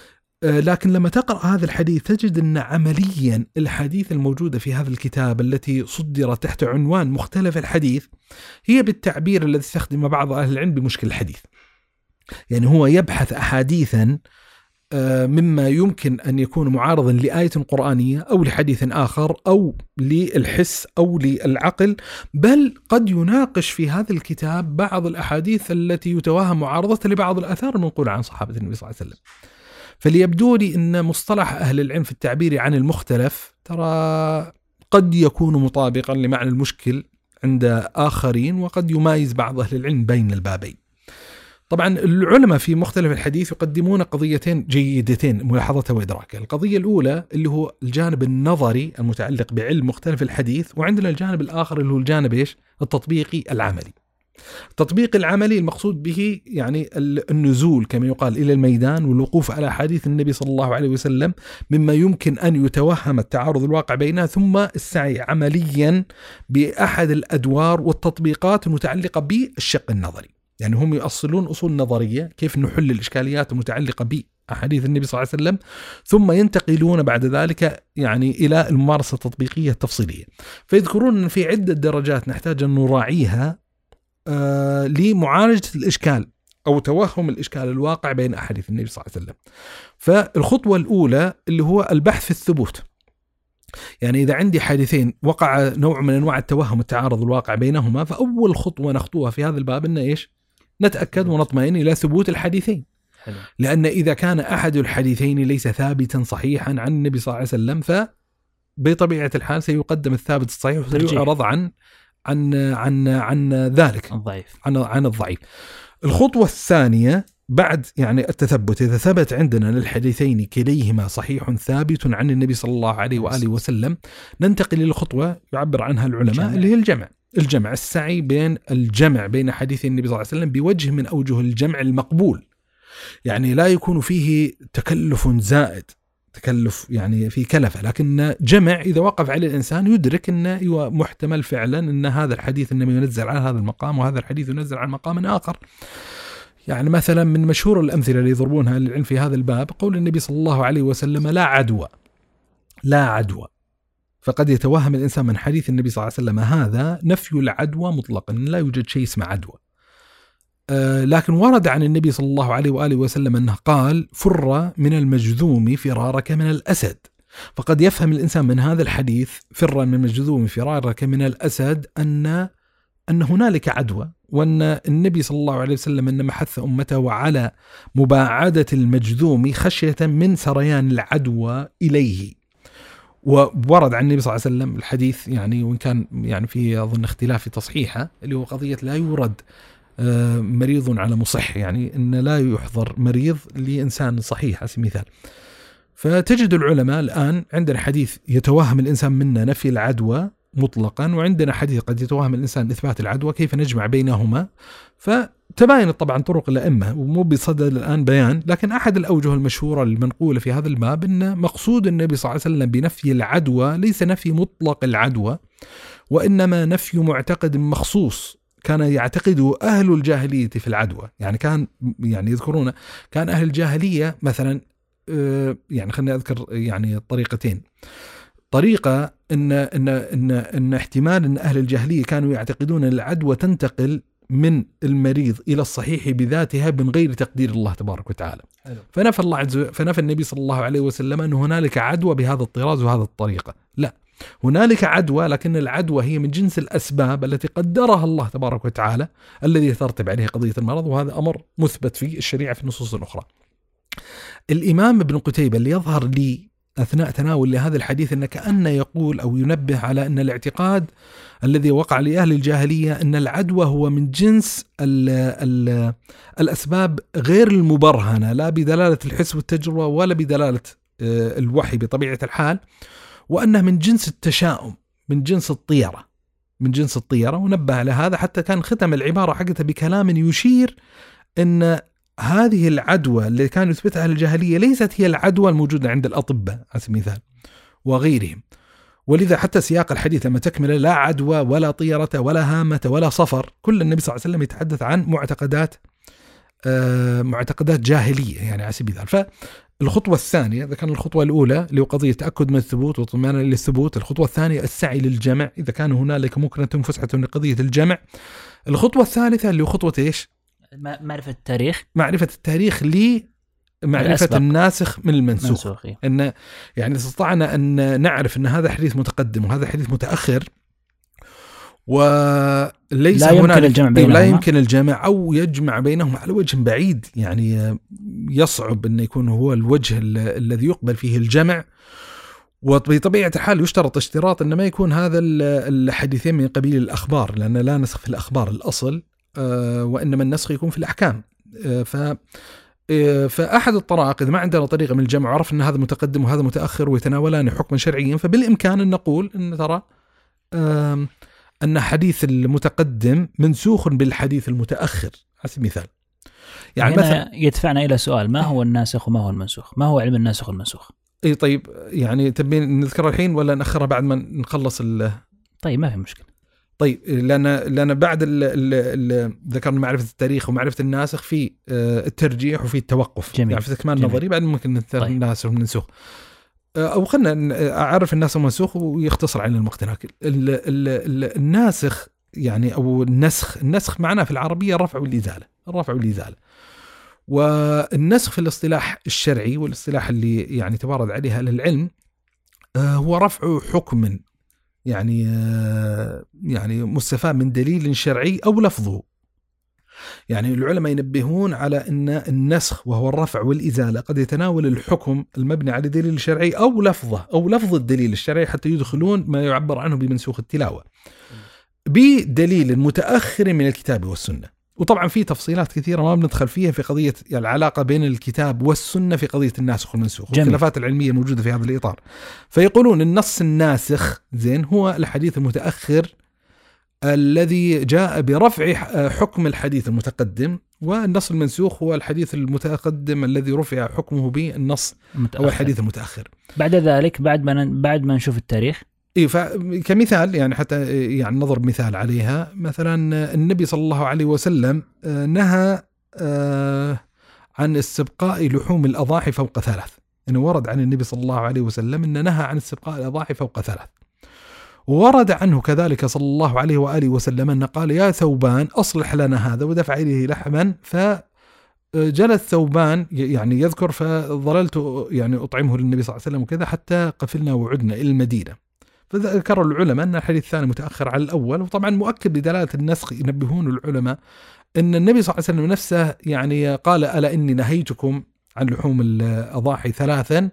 لكن لما تقرأ هذا الحديث تجد أن عمليا الحديث الموجودة في هذا الكتاب التي صدرت تحت عنوان مختلف الحديث هي بالتعبير الذي استخدم بعض أهل العلم بمشكل الحديث. يعني هو يبحث أحاديثا مما يمكن أن يكون معارضا لآية قرآنية أو لحديث آخر أو للحس أو للعقل، بل قد يناقش في هذا الكتاب بعض الأحاديث التي يتوهم معارضة لبعض الآثار المنقولة عن صحابة النبي صلى الله عليه وسلم. فليبدو لي أن مصطلح أهل العلم في التعبير عن المختلف ترى قد يكون مطابقا لمعنى المشكل عند آخرين، وقد يمايز بعض أهل العلم بين البابين. طبعا العلماء في مختلف الحديث يقدمون قضيتين جيدتين ملاحظتها وإدراكها. القضية الأولى اللي هو الجانب النظري المتعلق بعلم مختلف الحديث، وعندنا الجانب الآخر اللي هو الجانب إيش؟ التطبيقي العملي. التطبيق العملي المقصود به يعني النزول كما يقال إلى الميدان والوقوف على حديث النبي صلى الله عليه وسلم مما يمكن أن يتوهم التعارض الواقع بينها، ثم السعي عمليا بأحد الأدوار والتطبيقات المتعلقة بالشق النظري. يعني هم يؤصلون أصول نظرية كيف نحل الإشكاليات المتعلقة بأحاديث النبي صلى الله عليه وسلم، ثم ينتقلون بعد ذلك يعني إلى الممارسة التطبيقية التفصيلية. فيذكرون أن في عدة درجات نحتاج أن نراعيها آه لمعالجة الإشكال أو توهم الإشكال الواقع بين أحاديث النبي صلى الله عليه وسلم. فالخطوة الأولى اللي هو البحث في الثبوت. يعني إذا عندي حديثين وقع نوع من أنواع التوهم التعارض الواقع بينهما، فأول خطوة نخطوها في هذا الباب إن إيش؟ نتأكد ونطمئن إلى ثبوت الحديثين. حلو. لأن إذا كان أحد الحديثين ليس ثابتا صحيحا عن النبي صلى الله عليه وسلم، فبطبيعة الحال سيقدم الثابت الصحيح وسيعرض عن عن عن عن ذلك الضعيف عن عن الضعيف. الخطوة الثانية بعد يعني التثبت، إذا ثبت عندنا الحديثين كليهما صحيح ثابت عن النبي صلى الله عليه وآله وسلم، ننتقل إلى الخطوة يعبر عنها العلماء جمع. اللي هي الجمع. الجمع السعي بين الجمع بين حديث النبي صلى الله عليه وسلم بوجه من أوجه الجمع المقبول. يعني لا يكون فيه تكلف زائد، تكلف يعني في كلفة، لكن جمع إذا وقف عليه الإنسان يدرك أنه محتمل فعلا أن هذا الحديث النبي ينزل على هذا المقام وهذا الحديث ينزل على مقام آخر. يعني مثلا من مشهور الأمثلة اللي يضربونها للعلم في هذا الباب قول النبي صلى الله عليه وسلم لا عدوى لا عدوى. فقد يتوهم الإنسان من حديث النبي صلى الله عليه وسلم هذا نفي العدوى مطلقا، لا يوجد شيء اسمه عدوى. آه لكن ورد عن النبي صلى الله عليه وآله وسلم أنه قال فر من المجذوم فرارك من الأسد. فقد يفهم الإنسان من هذا الحديث فر من المجذوم فرارك من الأسد أن أن هنالك عدوى، وأن النبي صلى الله عليه وسلم إنما حث أمته على مباعدة المجذوم خشية من سريان العدوى إليه. وورد عن النبي صلى الله عليه وسلم الحديث يعني وإن كان يعني في أظن اختلاف في تصحيحه اللي هو قضية لا يورد مريض على مصح، يعني إن لا يحضر مريض لإنسان صحيح على مثال. فتجد العلماء الآن عندنا حديث يتوهم الإنسان منا نفي العدوى مطلقا، وعندنا حديث قد يتوهم الإنسان إثبات العدوى، كيف نجمع بينهما؟ فتباينت طبعا طرق الأئمة ومو بصدد الآن بيان، لكن أحد الأوجه المشهورة المنقولة في هذا الباب أن مقصود النبي صلى الله عليه وسلم بنفي العدوى ليس نفي مطلق العدوى، وإنما نفي معتقد مخصوص كان يعتقده أهل الجاهلية في العدوى. يعني كان يعني يذكرون كان أهل الجاهلية مثلا، يعني خلينا أذكر يعني طريقتين. طريقة إن إن إن إن احتمال إن أهل الجاهلية كانوا يعتقدون أن العدوى تنتقل من المريض إلى الصحيح بذاتها من غير تقدير الله تبارك وتعالى. فنفى الله عز وجل فنفى النبي صلى الله عليه وسلم أن هنالك عدوى بهذا الطراز وهذا الطريقة، لا، هنالك عدوى، لكن العدوى هي من جنس الأسباب التي قدرها الله تبارك وتعالى الذي يترتب عليه قضية المرض، وهذا أمر مثبت في الشريعة في النصوص الأخرى. الإمام ابن قتيبة اللي يظهر لي أثناء تناول لهذا الحديث أن كأن يقول أو ينبه على أن الاعتقاد الذي وقع لأهل الجاهلية أن العدوى هو من جنس ال ال الأسباب غير المبرهنة، لا بدلالة الحس والتجربة ولا بدلالة الوحي بطبيعة الحال، وأنه من جنس التشاؤم، من جنس الطيرة، من جنس الطيرة. ونبه على هذا حتى كان ختم العبارة حقتها بكلام يشير أن هذه العدوى اللي كانوا يثبتها أهل الجاهلية ليست هي العدوى الموجودة عند الأطباء على سبيل المثال وغيرهم. ولذا حتى سياق الحديث لما تكمل لا عدوى ولا طيرة ولا هامة ولا صفر، كل النبي صلى الله عليه وسلم يتحدث عن معتقدات آه معتقدات جاهلية يعني على سبيل المثال. فالخطوة الثانية، إذا كان الخطوة الأولى اللي هو قضية تأكد من الثبوت وطمأنينة للثبوت، الخطوة الثانية السعي للجمع إذا كان هنالك مكنة فسحة لقضية الجمع. الخطوة الثالثة اللي هو خطوة إيش؟ معرفة التاريخ، معرفة التاريخ لمعرفة الناسخ من المنسوخ. إن يعني استطعنا أن نعرف أن هذا حديث متقدم وهذا حديث متأخر، وليس لا يمكن الجمع بينهما، لا يمكن الجمع أو يجمع بينهم على وجه بعيد، يعني يصعب أن يكون هو الوجه الذي يقبل فيه الجمع. وبطبيعة الحال يشترط اشتراط أن ما يكون هذا الحديثين من قبيل الأخبار، لأن لا نسخ في الأخبار الأصل، وإنما النسخ يكون في الأحكام. ف فأحد الطرائق إذا ما عندنا طريقة من الجمع وعرف أن هذا متقدم وهذا متأخر ويتناولان حكما شرعيا، فبالإمكان أن نقول أن ترى أن حديث المتقدم منسوخ بالحديث المتأخر على سبيل المثال. يعني مثلا يدفعنا إلى سؤال: ما هو الناسخ وما هو المنسوخ؟ ما هو علم الناسخ والمنسوخ؟ إيه طيب، يعني تبين نذكرها الحين ولا نأخرها بعد ما نخلص ال طيب ما في مشكلة. طيب لأن لأن بعد ال ذكرنا معرفة التاريخ ومعرفة الناسخ في الترجيح وفي التوقف، جميل. يعني في كمان نظري بعد ممكن نذكر طيب. الناسخ والمنسوخ، أو خلنا أعرف الناسخ والمنسوخ ويختصر علينا المقتنع. الناسخ يعني أو النسخ، النسخ معناه في العربية الرفع والإزالة، الرفع والإزالة. والنسخ في الاصطلاح الشرعي والاصطلاح اللي يعني تبارد عليها العلم هو رفع حكم يعني يعني مستفاد من دليل شرعي أو لفظه. يعني العلماء ينبهون على أن النسخ وهو الرفع والإزالة قد يتناول الحكم المبني على دليل شرعي أو لفظه أو لفظ الدليل الشرعي، حتى يدخلون ما يعبر عنه بمنسوخ التلاوة بدليل متأخر من الكتاب والسنة. وطبعا في تفصيلات كثيرة ما بندخل فيها في قضية يعني العلاقة بين الكتاب والسنة في قضية الناسخ والمنسوخ، والخلافات العلمية الموجودة في هذا الإطار. فيقولون النص الناسخ زين هو الحديث المتأخر الذي جاء برفع حكم الحديث المتقدم، والنص المنسوخ هو الحديث المتقدم الذي رفع حكمه بالنص أو الحديث المتأخر. بعد ذلك بعد ما بعد ما نشوف التاريخ إيه، كمثال يعني حتى يعني نضرب مثال عليها، مثلا النبي صلى الله عليه وسلم نهى عن استبقاء لحوم الأضاحي فوق ثلاث. إنه ورد عن النبي صلى الله عليه وسلم إنه نهى عن استبقاء الأضاحي فوق ثلاث. ورد عنه كذلك صلى الله عليه وآله وسلم أنه قال: يا ثوبان أصلح لنا هذا، ودفع إليه لحما، فجلس ثوبان يعني يذكر فظللت يعني أطعمه للنبي صلى الله عليه وسلم وكذا حتى قفلنا وعدنا إلى المدينة. فذكر العلماء أن الحديث الثاني متأخر على الأول، وطبعا مؤكد بدلالة النسخ. ينبهون العلماء أن النبي صلى الله عليه وسلم نفسه يعني قال: ألا إني نهيتكم عن لحوم الأضاحي ثلاثا،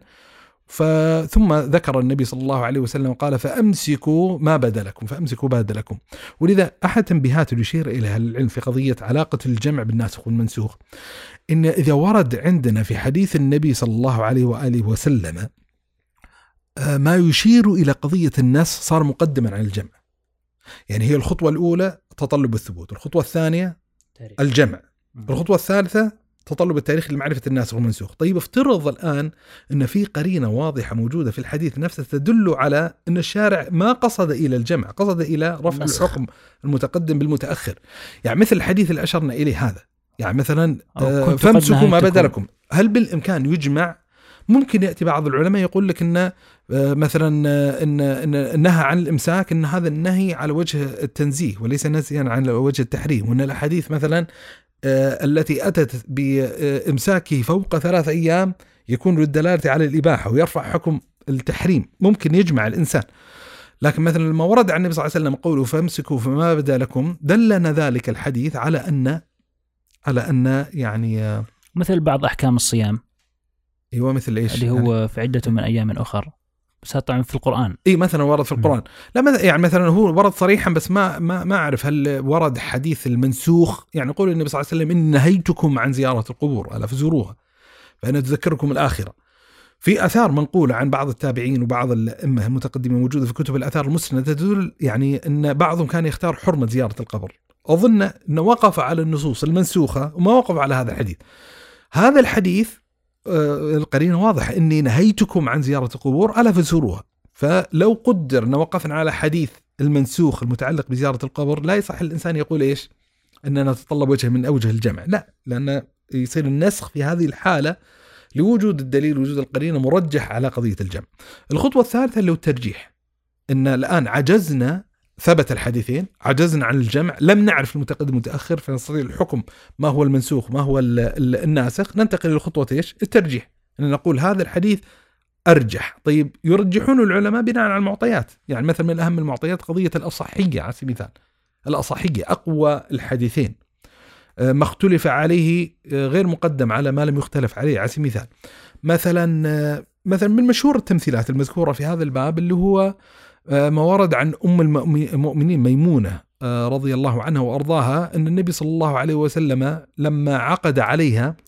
ثم ذكر النبي صلى الله عليه وسلم قال: فأمسكوا ما بدا لكم، فأمسكوا باد لكم. ولذا أحد تنبيهات يشير إليها العلم في قضية علاقة الجمع بالناسخ والمنسوخ، إن إذا ورد عندنا في حديث النبي صلى الله عليه وآله وسلم ما يشير إلى قضية النص صار مقدما عن الجمع. يعني هي الخطوة الأولى تطلب الثبوت، الخطوة الثانية تاريخ. الجمع، الخطوة الثالثة تطلب التاريخ لمعرفة الناسخ والمنسوخ. طيب افترض الآن أن في قرينة واضحة موجودة في الحديث نفسه تدل على أن الشارع ما قصد إلى الجمع، قصد إلى رفع النسخ. الحكم المتقدم بالمتأخر. يعني مثل الحديث اللي أشرنا إليه هذا، يعني مثلا فامسكوا ما بدا لكم، هل بالإمكان يجمع؟ ممكن يأتي بعض العلماء يقول لك أن مثلا إن النهي عن الإمساك أن هذا النهي على وجه التنزيه وليس نهيا على وجه التحريم، وأن الأحاديث مثلا التي أتت بإمساكه فوق ثلاث أيام يكون للدلالة على الإباحة ويرفع حكم التحريم، ممكن يجمع الإنسان. لكن مثلا لما ورد عن النبي صلى الله عليه وسلم قوله فامسكوا فما بدا لكم، دلنا ذلك الحديث على أن على أن يعني مثل بعض أحكام الصيام، ايوه مثل ايش اللي هو يعني في عدة من ايام اخر، بس طبعا في القرآن. اي مثلا ورد في القرآن. لا يعني مثلا هو ورد صريحا، بس ما ما ما اعرف هل ورد حديث المنسوخ. يعني يقول النبي صلى الله عليه وسلم ان نهيتكم عن زيارة القبور الا فزوروها فانا تذكركم الآخرة. في اثار منقولة عن بعض التابعين وبعض الائمة المتقدمين موجودة في كتب الاثار المسندة تدل يعني ان بعضهم كان يختار حرمة زيارة القبر. اظن انه وقف على النصوص المنسوخة وما وقف على هذا الحديث. هذا الحديث القرينة واضح إني نهيتكم عن زيارة القبور ألا فزوروها. فلو قدر أن وقفنا على حديث المنسوخ المتعلق بزيارة القبر لا يصح الإنسان يقول إيش أننا نتطلب وجه من أوجه الجمع، لا، لأن يصير النسخ في هذه الحالة لوجود الدليل وجود القرينة مرجح على قضية الجمع. الخطوة الثالثة اللي هو الترجيح، إن الآن عجزنا، ثبت الحديثين، عجزنا عن الجمع، لم نعرف المتقدم المتأخر فنستطيع الحكم ما هو المنسوخ ما هو الناسخ، ننتقل إلى خطوة إيش؟ الترجيح، أن نقول هذا الحديث أرجح. طيب يرجحون العلماء بناء على المعطيات. يعني مثلا من أهم المعطيات قضية الأصحية على سبيل المثال، الأصحية أقوى الحديثين، ما اختلف عليه غير مقدم على ما لم يختلف عليه على سبيل المثال. مثلا مثلا من مشهور التمثيلات المذكورة في هذا الباب اللي هو ما ورد عن أم المؤمنين ميمونة رضي الله عنها وأرضاها أن النبي صلى الله عليه وسلم لما عقد عليها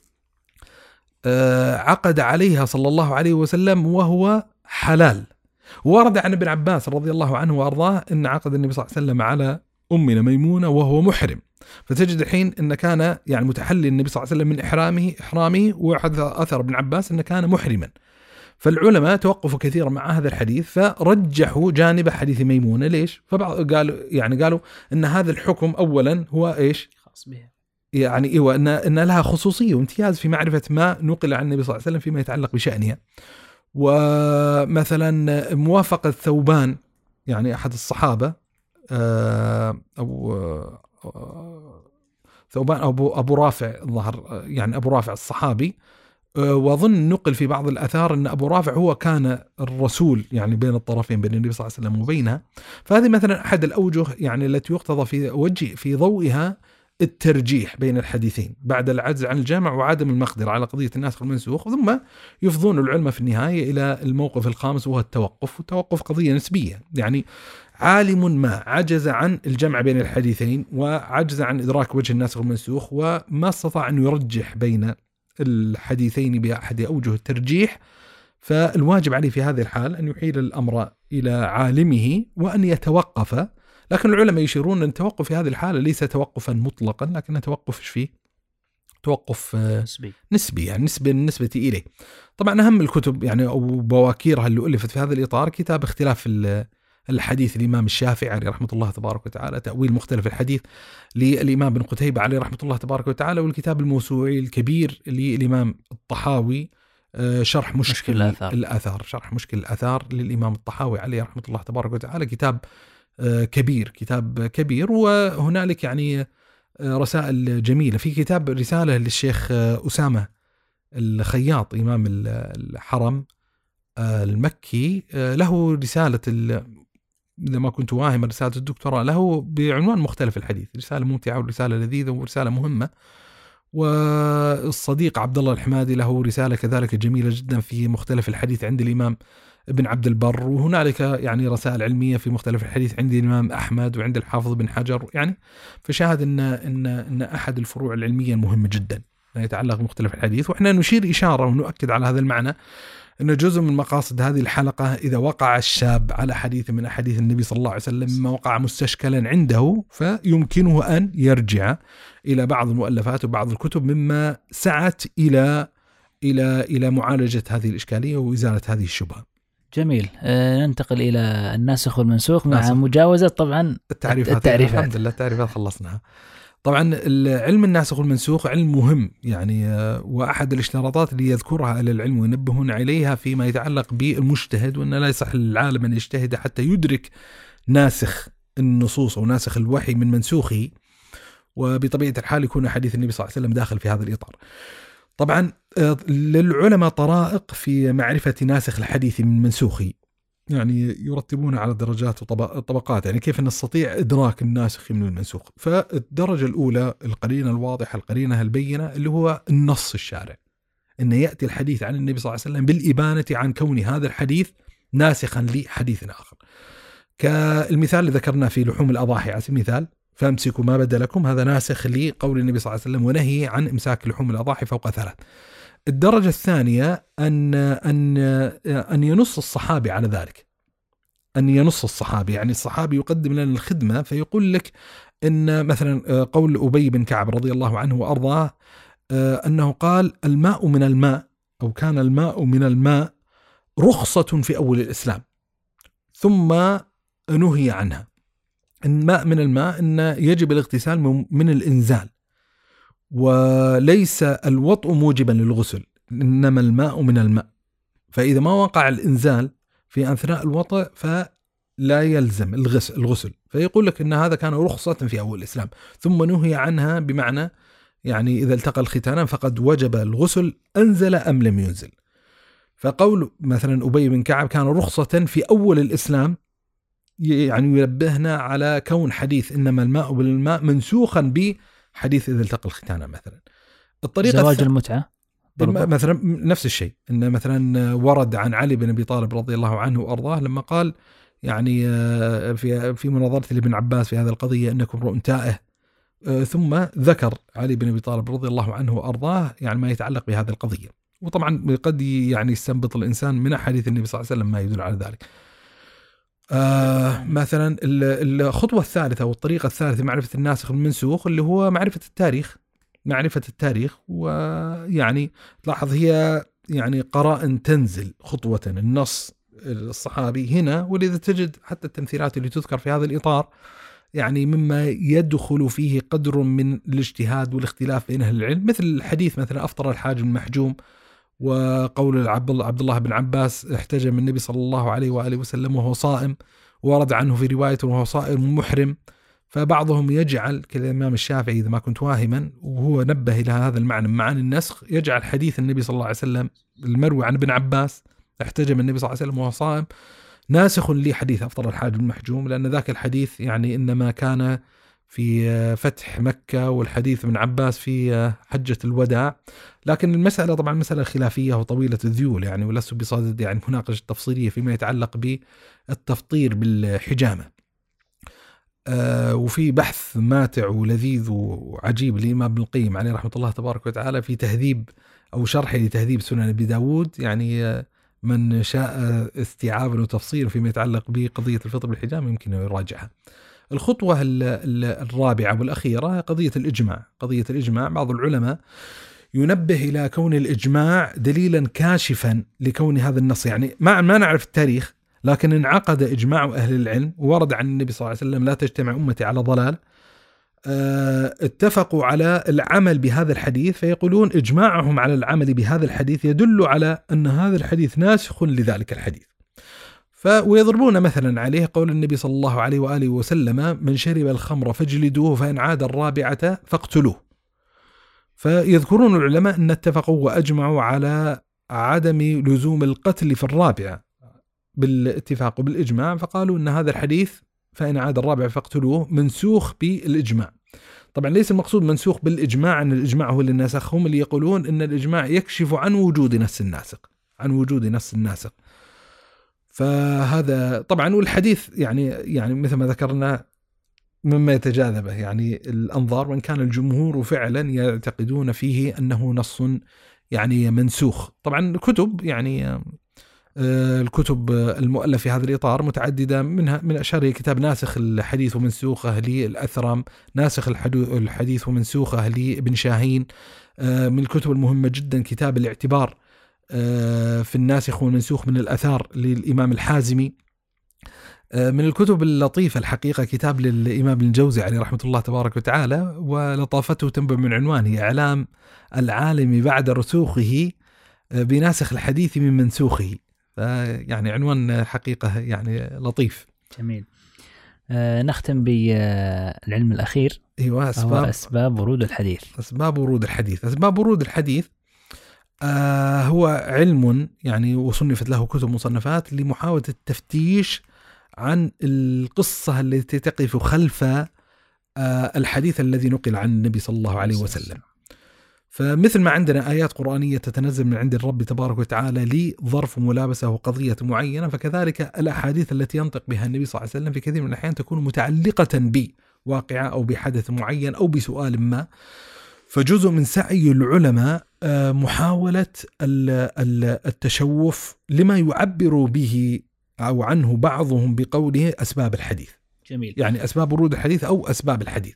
عقد عليها صلى الله عليه وسلم وهو حلال. ورد عن ابن عباس رضي الله عنه وأرضاه أن عقد النبي صلى الله عليه وسلم على أمنا ميمونة وهو محرم. فتجد الحين أن كان يعني متحلي النبي صلى الله عليه وسلم من إحرامه إحرامه وحدث أثر ابن عباس أنه كان محرما. فالعلماء توقفوا كثيرا مع هذا الحديث فرجحوا جانب حديث ميمونة. ليش؟ فبعض قالوا يعني قالوا أن هذا الحكم أولا هو إيش؟ خاص بها، يعني إيوه أن أن لها خصوصية وامتياز في معرفة ما نقل عن النبي صلى الله عليه وسلم فيما يتعلق بشأنها. ومثلا موافقة ثوبان يعني أحد الصحابة أو ثوبان أبو أبو رافع الظهر، يعني أبو رافع الصحابي، وظن نقل في بعض الآثار أن أبو رافع هو كان الرسول يعني بين الطرفين بين النبي صلى الله عليه وسلم وبينها. فهذه مثلا أحد الأوجه يعني التي يقتضى في وجه في ضوئها الترجيح بين الحديثين بعد العجز عن الجمع وعدم المقدرة على قضية الناسخ والمنسوخ. ثم يفضون العلماء في النهاية إلى الموقف الخامس وهو التوقف. والتوقف قضية نسبية، يعني عالم ما عجز عن الجمع بين الحديثين وعجز عن إدراك وجه الناسخ والمنسوخ وما استطاع أن يرجح بين الحديثين بأحد أوجه الترجيح، فالواجب عليه في هذه الحال أن يحيل الأمر إلى عالمه وأن يتوقف. لكن العلماء يشيرون أن التوقف في هذه الحالة ليس توقفا مطلقا، لكن توقف فيه توقف نسبي نسبي يعني نسبة بالنسبة إليه. طبعا أهم الكتب يعني أو بواكيرها اللي ألفت في هذا الإطار كتاب اختلاف الحديث الإمام الشافعي عليه رحمة الله تبارك وتعالى، تأويل مختلف الحديث للإمام بن قتيبة عليه رحمة الله تبارك وتعالى، والكتاب الموسوعي الكبير للإمام الطحاوي شرح مشكل, مشكل الآثار. الآثار شرح مشكل الآثار للإمام الطحاوي عليه رحمة الله تبارك وتعالى، كتاب كبير كتاب كبير. وهنالك يعني رسائل جميلة، في كتاب رسالة للشيخ أسامة الخياط إمام الحرم المكي، له رسالة إذا ما كنت واهم رسالة الدكتوراه له بعنوان مختلف الحديث، رسالة ممتعة ورسالة لذيذة ورسالة مهمة. والصديق عبد الله الحمادي له رسالة كذلك جميلة جدا في مختلف الحديث عند الإمام ابن عبد البر. وهنالك يعني رسائل علمية في مختلف الحديث عند الإمام أحمد وعند الحافظ بن حجر. يعني فشاهد إن إن إن أحد الفروع العلمية المهمة جدا يتعلق بمختلف الحديث. وإحنا نشير إشارة ونؤكد على هذا المعنى أن جزء من مقاصد هذه الحلقة إذا وقع الشاب على حديث من أحاديث النبي صلى الله عليه وسلم مما وقع مستشكلا عنده، فيمكنه أن يرجع إلى بعض المؤلفات وبعض الكتب مما سعت إلى إلى إلى معالجة هذه الإشكالية وإزالة هذه الشبهة. جميل. أه ننتقل إلى الناسخ والمنسوخ مع ناسخ. مجاوزة طبعا التعريفات. التعريفات الحمد لله التعريفات خلصناها. طبعا علم الناسخ والمنسوخ علم مهم يعني، وأحد الاشتراطات اللي يذكرها أهل العلم وينبهون عليها فيما يتعلق بالمجتهد، وأن لا يصح للعالم أن يجتهد حتى يدرك ناسخ النصوص أو ناسخ الوحي من منسوخه، وبطبيعة الحال يكون حديث النبي صلى الله عليه وسلم داخل في هذا الإطار. طبعا للعلماء طرائق في معرفة ناسخ الحديث من منسوخه، يعني يرتبون على درجات وطبقات، يعني كيف نستطيع إدراك الناسخ من المنسوخ. فالدرجة الأولى القرينة الواضحة القرينة البينة اللي هو النص الشارع، أن يأتي الحديث عن النبي صلى الله عليه وسلم بالإبانة عن كون هذا الحديث ناسخا لحديث آخر. كالمثال اللي ذكرنا في لحوم الأضاحي على سبيل المثال، فامسكوا ما بدا لكم، هذا ناسخ لقول النبي صلى الله عليه وسلم ونهي عن إمساك لحوم الأضاحي فوق ثلاث. الدرجة الثانية أن أن أن ينص الصحابي على ذلك، أن ينص الصحابي، يعني الصحابي يقدم لنا الخدمة فيقول لك إن مثلا قول أبي بن كعب رضي الله عنه وأرضاه أنه قال الماء من الماء، أو كان الماء من الماء رخصة في أول الإسلام ثم نهي عنها. الماء من الماء أن يجب الاغتسال من الإنزال، وليس الوطء موجبا للغسل، إنما الماء من الماء، فإذا ما وقع الإنزال في أثناء الوطء فلا يلزم الغسل. فيقول لك إن هذا كان رخصة في أول الإسلام ثم نهي عنها، بمعنى يعني إذا التقى الختانان فقد وجب الغسل أنزل أم لم ينزل. فقول مثلا أبي بن كعب كان رخصة في أول الإسلام، يعني ينبهنا على كون حديث إنما الماء بالماء منسوخا بحديث إذا التقى الختانان. مثلا الطريقة زواج المتعة مثلا نفس الشيء، إن مثلا ورد عن علي بن أبي طالب رضي الله عنه وأرضاه لما قال يعني في في مناظرة لابن عباس في هذه القضية إنكم رؤون تائه، ثم ذكر علي بن أبي طالب رضي الله عنه وأرضاه يعني ما يتعلق بهذه القضية. وطبعا قد يعني يستنبط الإنسان من حديث النبي صلى الله عليه وسلم ما يدل على ذلك. آه مثلا الخطوة الثالثة والطريقة الثالثة معرفة الناسخ والمنسوخ اللي هو معرفة التاريخ. معرفة التاريخ، ويعني تلاحظ هي يعني قرائن تنزل خطوة النص الصحابي هنا، ولذا تجد حتى التمثيلات اللي تذكر في هذا الإطار يعني مما يدخل فيه قدر من الاجتهاد والاختلاف بين أهل العلم، مثل الحديث مثلا أفطر الحاج المحجوم، وقول عبد الله بن عباس احتجم النبي صلى الله عليه وآله وسلم وهو صائم، ورد عنه في رواية وهو صائم محرم. فبعضهم يجعل كالإمام الشافعي إذا ما كنت واهما، وهو نبه إلى هذا المعنى معاني النسخ، يجعل حديث النبي صلى الله عليه وسلم المروي عن ابن عباس احتجم النبي صلى الله عليه وسلم وهو صائم ناسخ لي حديث أفطر الحاج المحجوم، لأن ذاك الحديث يعني إنما كان في فتح مكة، والحديث ابن عباس في حجة الوداع. لكن المسألة طبعا مسألة خلافية وطويلة الذيول يعني، ولست بصدد يعني مناقشة تفصيلية فيما يتعلق بالتفطير بالحجامة. آه وفي بحث ماتع ولذيذ وعجيب للإمام ابن القيم عليه رحمة الله تبارك وتعالى في تهذيب أو شرح لتهذيب سنن أبي داود، يعني آه من شاء استيعابا وتفصيلا فيما يتعلق بقضية الفطر بالحجامة يمكن يراجعها. الخطوة الرابعة والأخيرة قضية الإجماع. قضية الإجماع بعض العلماء ينبه إلى كون الإجماع دليلا كاشفا لكون هذا النص، يعني ما ما نعرف التاريخ لكن انعقد إجماع أهل العلم، وورد عن النبي صلى الله عليه وسلم لا تجتمع أمتي على ضلال، اتفقوا على العمل بهذا الحديث، فيقولون إجماعهم على العمل بهذا الحديث يدل على أن هذا الحديث ناسخ لذلك الحديث. ويضربون مثلا عليه قول النبي صلى الله عليه وآله وسلم من شرب الخمر فاجلدوه فإن عاد الرابعة فاقتلوه. فيذكرون العلماء أن اتفقوا وأجمعوا على عدم لزوم القتل في الرابعة بالاتفاق بالإجماع، فقالوا أن هذا الحديث فإن عاد الرابعة فاقتلوه منسوخ بالإجماع. طبعا ليس المقصود منسوخ بالإجماع أن الإجماع هو اللي ناسخ، هم اللي يقولون أن الإجماع يكشف عن وجود نص الناسخ عن وجود نص الناسخ. فهذا طبعا والحديث يعني يعني مثل ما ذكرنا مما يتجاذبه يعني الأنظار، وإن كان الجمهور فعلا يعتقدون فيه أنه نص يعني منسوخ. طبعا الكتب يعني الكتب المؤلفة في هذا الإطار متعددة، منها من أشهرها كتاب ناسخ الحديث ومنسوخه للأثرم، ناسخ الحديث ومنسوخه لابن شاهين. من الكتب المهمة جدا كتاب الاعتبار في الناسخ والمنسوخ من الأثار للإمام الحازمي. من الكتب اللطيفة الحقيقة كتاب للإمام ابن الجوزي عليه رحمة الله تبارك وتعالى، ولطافته تنبع من عنوانه إعلام العالم بعد رسوخه بناسخ الحديث من منسوخه. يعني عنوان حقيقة يعني لطيف. جميل. آه نختم بالعلم الأخير. أيوة، أسباب, أسباب ورود الحديث. أسباب ورود الحديث. أسباب ورود الحديث آه هو علم يعني وصنفت له كتب مصنفات لمحاولة التفتيش عن القصة التي تقف خلف آه الحديث الذي نقل عن النبي صلى الله عليه وسلم. فمثل ما عندنا آيات قرآنية تتنزل من عند الرب تبارك وتعالى لظرف ملابسة وقضية معينة، فكذلك الأحاديث التي ينطق بها النبي صلى الله عليه وسلم في كثير من الأحيان تكون متعلقة بواقعة أو بحدث معين أو بسؤال ما. فجزء من سعي العلماء محاولة التشوف لما يعبر به أو عنه بعضهم بقوله أسباب الحديث. جميل. يعني أسباب ورود الحديث أو أسباب الحديث.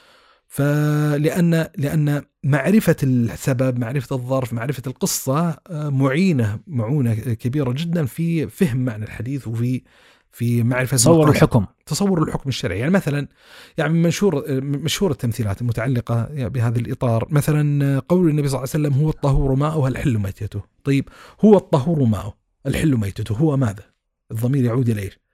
فلأن لأن معرفة السبب، معرفة الظرف، معرفة القصة معينة معونة كبيرة جدا في فهم معنى الحديث وفي في معرفة تصور الحكم تصور الحكم الشرعي. يعني مثلا يعني مشهور مشهور التمثيلات المتعلقة بهذا الإطار، مثلا قول النبي صلى الله عليه وسلم هو الطهور ماؤه الحل ميتته. طيب هو الطهور ماؤه الحل ميتته هو ماذا؟ الضمير يعود إليه.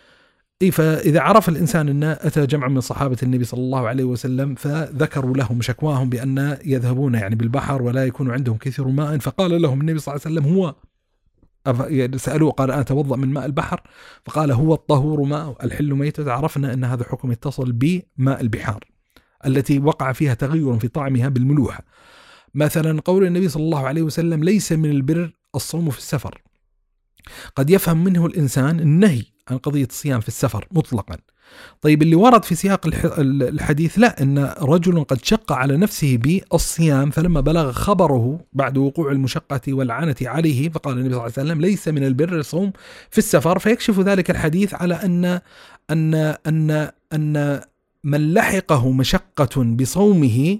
فإذا عرف الإنسان أن أتى جمع من صحابة النبي صلى الله عليه وسلم فذكروا لهم شكواهم بأن يذهبون يعني بالبحر ولا يكون عندهم كثير ماء، فقال لهم النبي صلى الله عليه وسلم هو، سألوه قال أنا أتوضأ من ماء البحر، فقال هو الطهور ماء الحل ميتة. عرفنا أن هذا حكم يتصل بماء البحار التي وقع فيها تغير في طعمها بالملوحة. مثلا قول النبي صلى الله عليه وسلم ليس من البر الصوم في السفر، قد يفهم منه الإنسان النهي عن قضية الصيام في السفر مطلقا. طيب اللي ورد في سياق الحديث لا، أن رجل قد شق على نفسه بالصيام فلما بلغ خبره بعد وقوع المشقة والعنة عليه فقال النبي صلى الله عليه وسلم ليس من البر الصوم في السفر. فيكشف ذلك الحديث على أن أن أن أن من لحقه مشقة بصومه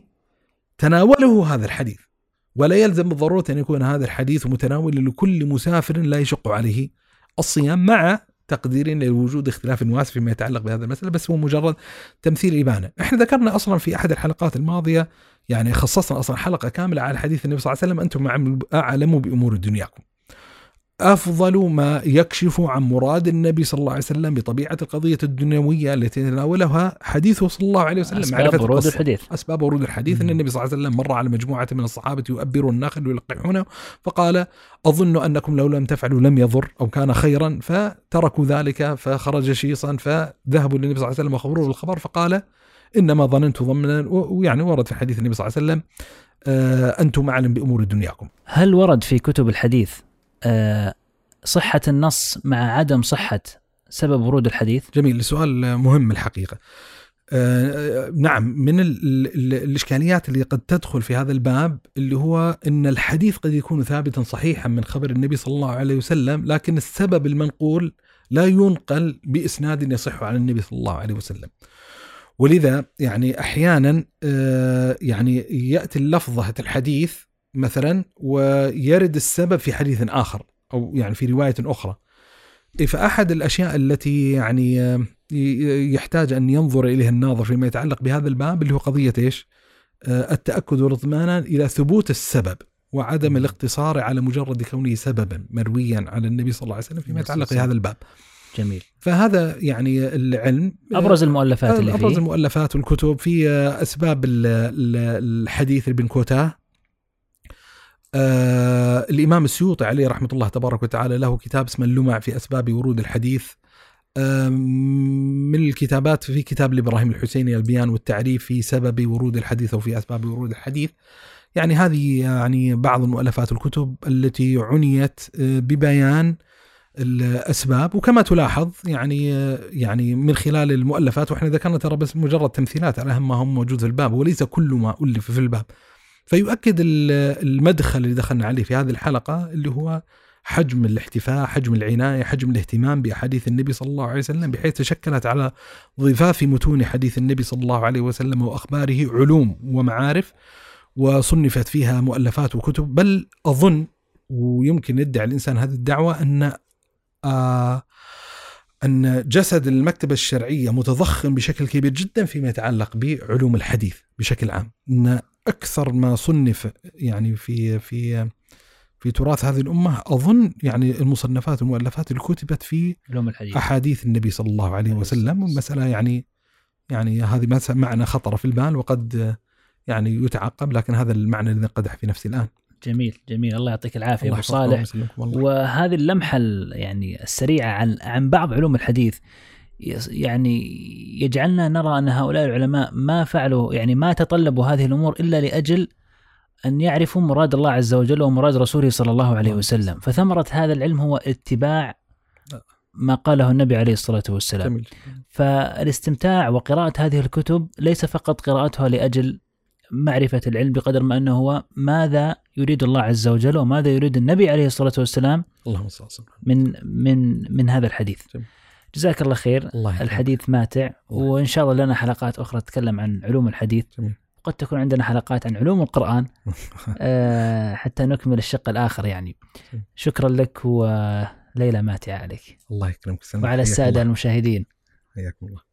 تناوله هذا الحديث، ولا يلزم بالضرورة أن يكون هذا الحديث متناول لكل مسافر لا يشق عليه الصيام، مع تقديرين لوجود اختلاف واسع فيما يتعلق بهذا المسألة، بس هو مجرد تمثيل إبانة. احنا ذكرنا أصلا في أحد الحلقات الماضية يعني خصصنا أصلا حلقة كاملة على حديث النبي صلى الله عليه وسلم أنتم أعلموا بأمور دنياكم. أفضل ما يكشف عن مراد النبي صلى الله عليه وسلم بطبيعة القضية الدنيوية التي تناولها حديثه صلى الله عليه وسلم، أسباب ورود الحديث. أسباب ورود الحديث أن النبي صلى الله عليه وسلم مر على مجموعة من الصحابة يؤبرون النخل ويلقحونه فقال أظن أنكم لو لم تفعلوا لم يضر أو كان خيرا، فتركوا ذلك فخرج شيصا فذهبوا للنبي صلى الله عليه وسلم وخبروه بالخبر فقال إنما ظننت ظنا. ويعني ورد في حديث النبي صلى الله عليه وسلم أنتم أعلم بأمور دنياكم. هل ورد في كتب الحديث أه صحة النص مع عدم صحة سبب ورود الحديث؟ جميل، سؤال مهم الحقيقة. آه نعم، من ال ال الإشكاليات اللي قد تدخل في هذا الباب اللي هو أن الحديث قد يكون ثابتا صحيحا من خبر النبي صلى الله عليه وسلم، لكن السبب المنقول لا ينقل بإسناد يصح عن النبي صلى الله عليه وسلم. ولذا يعني أحيانا آه يعني يأتي اللفظة الحديث مثلا ويرد السبب في حديث آخر أو يعني في رواية أخرى. فأحد الأشياء التي يعني يحتاج أن ينظر إليها الناظر فيما يتعلق بهذا الباب اللي هو قضية إيش؟ التأكد والاطمئنان إلى ثبوت السبب وعدم الاقتصار على مجرد كونه سببا مرويا على النبي صل الله عليه وسلم فيما يتعلق بهذا الباب. جميل. فهذا يعني العلم أبرز المؤلفات اللي أبرز فيه المؤلفات والكتب في أسباب الحديث لابن كوتاه. آه الإمام السيوطي عليه رحمة الله تبارك وتعالى له كتاب اسمه اللمع في أسباب ورود الحديث. آه من الكتابات في كتاب لإبراهيم الحسيني البيان والتعريف في سبب ورود الحديث أو في أسباب ورود الحديث. يعني هذه يعني بعض المؤلفات الكتب التي عنيت ببيان الأسباب. وكما تلاحظ يعني يعني من خلال المؤلفات، وإحنا ذكرنا ترى بس مجرد تمثيلات على أهم ما هم موجود في الباب وليس كل ما ألف في الباب. فيؤكد المدخل اللي دخلنا عليه في هذه الحلقة اللي هو حجم الاحتفاء، حجم العناية، حجم الاهتمام بأحاديث النبي صلى الله عليه وسلم، بحيث تشكلت على ضفاف متون حديث النبي صلى الله عليه وسلم وأخباره علوم ومعارف، وصنفت فيها مؤلفات وكتب. بل أظن ويمكن يدعي الإنسان هذه الدعوة أن آه أن جسد المكتبة الشرعية متضخم بشكل كبير جدا فيما يتعلق بعلوم الحديث بشكل عام. أن أكثر ما صنف يعني في في في تراث هذه الأمة أظن يعني المصنفات والمؤلفات اللي كتبت في علوم الحديث أحاديث النبي صلى الله عليه وسلم. والمسألة يعني يعني هذه معنى خطر في البال وقد يعني يتعقب، لكن هذا المعنى الذي قدح في نفسي الآن. جميل جميل، الله يعطيك العافية أبو صالح. وهذه اللمحة يعني السريعة عن عن بعض علوم الحديث يعني يجعلنا نرى أن هؤلاء العلماء ما فعلوا يعني ما تطلبوا هذه الأمور إلا لأجل أن يعرفوا مراد الله عز وجل ومراد رسوله صلى الله عليه وسلم. فثمرة هذا العلم هو اتباع ما قاله النبي عليه الصلاة والسلام. جميل. فالاستمتاع وقراءة هذه الكتب ليس فقط قراءتها لأجل معرفة العلم، بقدر ما أنه هو ماذا يريد الله عز وجل وماذا يريد النبي عليه الصلاة والسلام من من من هذا الحديث. جميل. جزاك الله خير. الله الحديث ماتع، وإن شاء الله لنا حلقات أخرى تتكلم عن علوم الحديث. جميل. قد تكون عندنا حلقات عن علوم القرآن أه حتى نكمل الشق الآخر يعني. شكرا لك وليلة ماتعة عليك. الله يكرمك. وعلى السادة المشاهدين. حياكم الله.